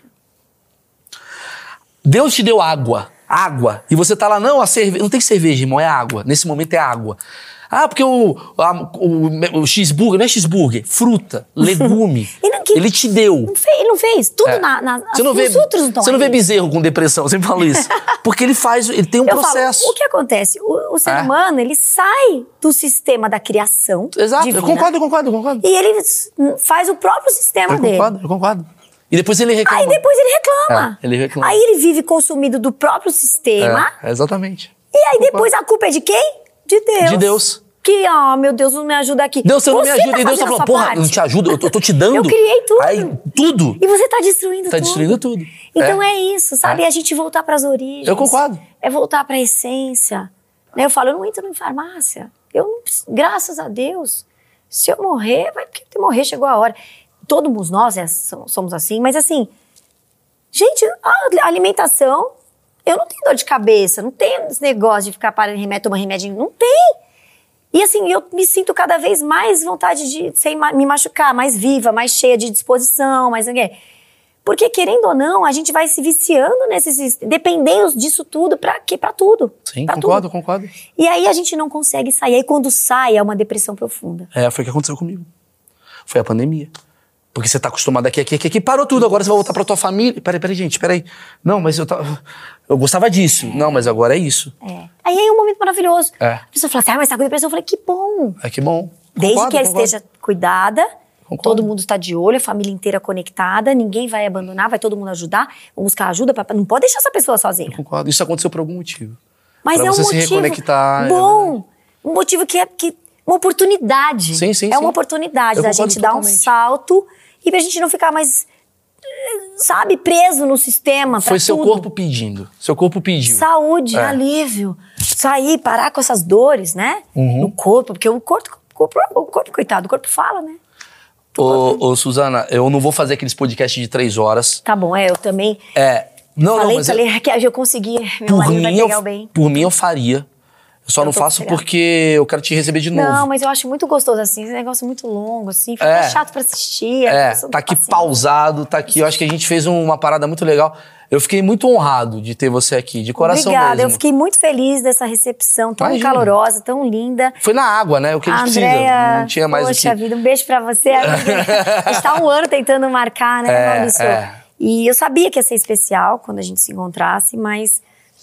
Deus te deu água. Água. E você tá lá, não, a cerveja... Não tem cerveja, irmão, é água. Nesse momento é água. Ah, porque o, a, o, o cheeseburger, não é cheeseburger, fruta, legume. Ele, que, ele te deu. Não fez, ele não fez. Tudo é. na, na... Você não vê, outros não Você não vê bezerro com depressão, eu sempre falo isso. Porque ele faz, ele tem um eu processo. Falo, o que acontece? O, o ser é. humano, ele sai do sistema da criação. Exato, divina, eu concordo, eu concordo, eu concordo. E ele faz o próprio sistema eu dele. Eu concordo, eu concordo. E depois ele reclama. Aí depois ele reclama. É, ele reclama. Aí ele vive consumido do próprio sistema. É, exatamente. E aí depois a culpa é de quem? De Deus. De Deus. Que, ó, oh, meu Deus, não me ajuda aqui. Deus, você não você me ajuda. Tá e Deus tá falando, porra, parte? Não te ajuda, eu tô, tô te dando. Eu criei tudo. Aí, tudo. E você tá destruindo tá tudo. Tá destruindo tudo. Então é, é isso, sabe? É. É a gente voltar pras origens. Eu concordo. É voltar pra essência. Eu falo, eu não entro em farmácia. Eu não, graças a Deus, se eu morrer, vai porque morrer, chegou a hora. Todos nós é, somos assim, mas assim, gente, a alimentação, eu não tenho dor de cabeça, não tenho esse negócio de ficar parando remédio, tomando remédio, não tem. E assim, eu me sinto cada vez mais vontade de sem me machucar, mais viva, mais cheia de disposição, mais... Porque, querendo ou não, a gente vai se viciando nesses... Dependendo disso tudo, pra quê? Pra tudo. Sim, pra concordo, tudo. concordo. E aí a gente não consegue sair. Aí quando sai, é uma depressão profunda. É, foi o que aconteceu comigo. Foi a pandemia. Porque você tá acostumado aqui, aqui, aqui, aqui, parou tudo, agora você vai voltar pra tua família. Peraí, peraí, gente, peraí. Não, mas eu tava... Eu gostava disso. É. Não, mas agora é isso. É. Aí é um momento maravilhoso. É. A pessoa fala assim, ah, mas tá com depressão. Eu falei, que bom. É que bom. Desde concordo, que ela concordo. esteja cuidada, Concordo. Todo mundo está de olho, a família inteira conectada, ninguém vai abandonar, vai todo mundo ajudar, vamos buscar ajuda, pra... não pode deixar essa pessoa sozinha. Eu concordo. Isso aconteceu por algum motivo. Mas pra é um você motivo se reconectar. bom, é um motivo que é que, uma oportunidade. Sim, sim, é sim. uma oportunidade Eu da gente dar um salto e pra gente não ficar mais, sabe, preso no sistema. Foi seu tudo. corpo pedindo. Seu corpo pediu. Saúde, é. alívio. Sair, parar com essas dores, né? Uhum. No corpo, porque o corpo, o corpo, o corpo, coitado, o corpo fala, né? Ô, ô, Suzana, eu não vou fazer aqueles podcasts de três horas. Tá bom, é, eu também. É. Não, falei, não, mas falei eu, que eu consegui. Meu por marido mim, vai pegar eu, o bem. por mim eu faria. Eu só eu não faço esperando. porque eu quero te receber de novo. Não, mas eu acho muito gostoso assim, esse negócio muito longo, assim, fica É. chato pra assistir. É, tá aqui paciente. pausado, tá aqui. Eu acho que a gente fez uma parada muito legal. Eu fiquei muito honrado de ter você aqui, de coração Obrigada, mesmo. eu fiquei muito feliz dessa recepção tão Imagina. calorosa, tão linda. Foi na água, né? O que a gente Andréia, precisa. Não tinha mais poxa o que... vida, um beijo pra você. A gente tá um ano tentando marcar, né, É, Maurício? é. E eu sabia que ia ser especial quando a gente se encontrasse, mas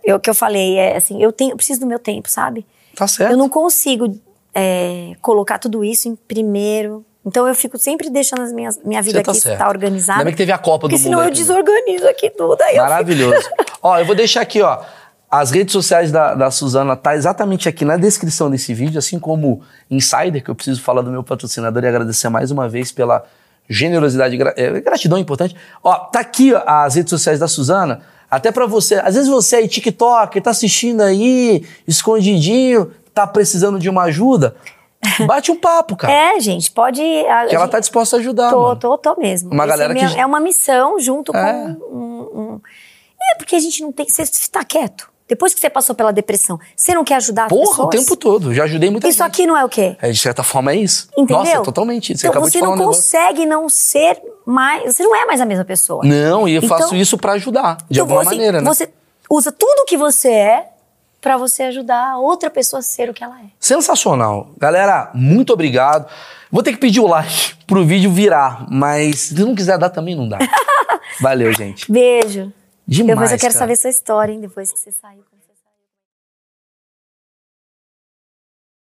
eu, o que eu falei é assim, eu, tenho, eu preciso do meu tempo, sabe? Tá certo. Eu não consigo é, colocar tudo isso em primeiro. Então eu fico sempre deixando as minhas, minha vida tá aqui certo. estar organizada. Ainda bem que teve a Copa do Porque Mundo. senão eu aí, desorganizo aqui tudo. Aí Maravilhoso. Eu fico... Ó, eu vou deixar aqui, ó. As redes sociais da, da Suzana tá exatamente aqui na descrição desse vídeo, assim como Insider, que eu preciso falar do meu patrocinador e agradecer mais uma vez pela generosidade, gra é, gratidão importante. Ó, tá aqui ó, as redes sociais da Suzana, até pra você. Às vezes você aí, TikTok, tá assistindo aí, escondidinho, tá precisando de uma ajuda, bate um papo, cara. É, gente, pode... A, que ela gente, tá disposta a ajudar, tô, mano. Tô, tô mesmo. Uma Esse galera é, minha, que... é uma missão junto é. com um, um... É, porque a gente não tem... Você tá quieto. Depois que você passou pela depressão, você não quer ajudar as Porra, pessoas? o tempo todo. Já ajudei muita Isso gente. aqui não é o quê? É, de certa forma é isso. Entendeu? Nossa, totalmente. Você então acabou você de falar não um negócio. consegue não ser mais... Você não é mais a mesma pessoa. Não, e eu então, faço isso pra ajudar, de então alguma você, maneira, né? Você usa tudo o que você é pra você ajudar outra pessoa a ser o que ela é. Sensacional. Galera, muito obrigado. Vou ter que pedir o like pro vídeo virar, mas se não quiser dar também não dá. Valeu, gente. Beijo. Demais, Depois eu quero cara. saber sua história, hein? Depois que você sair.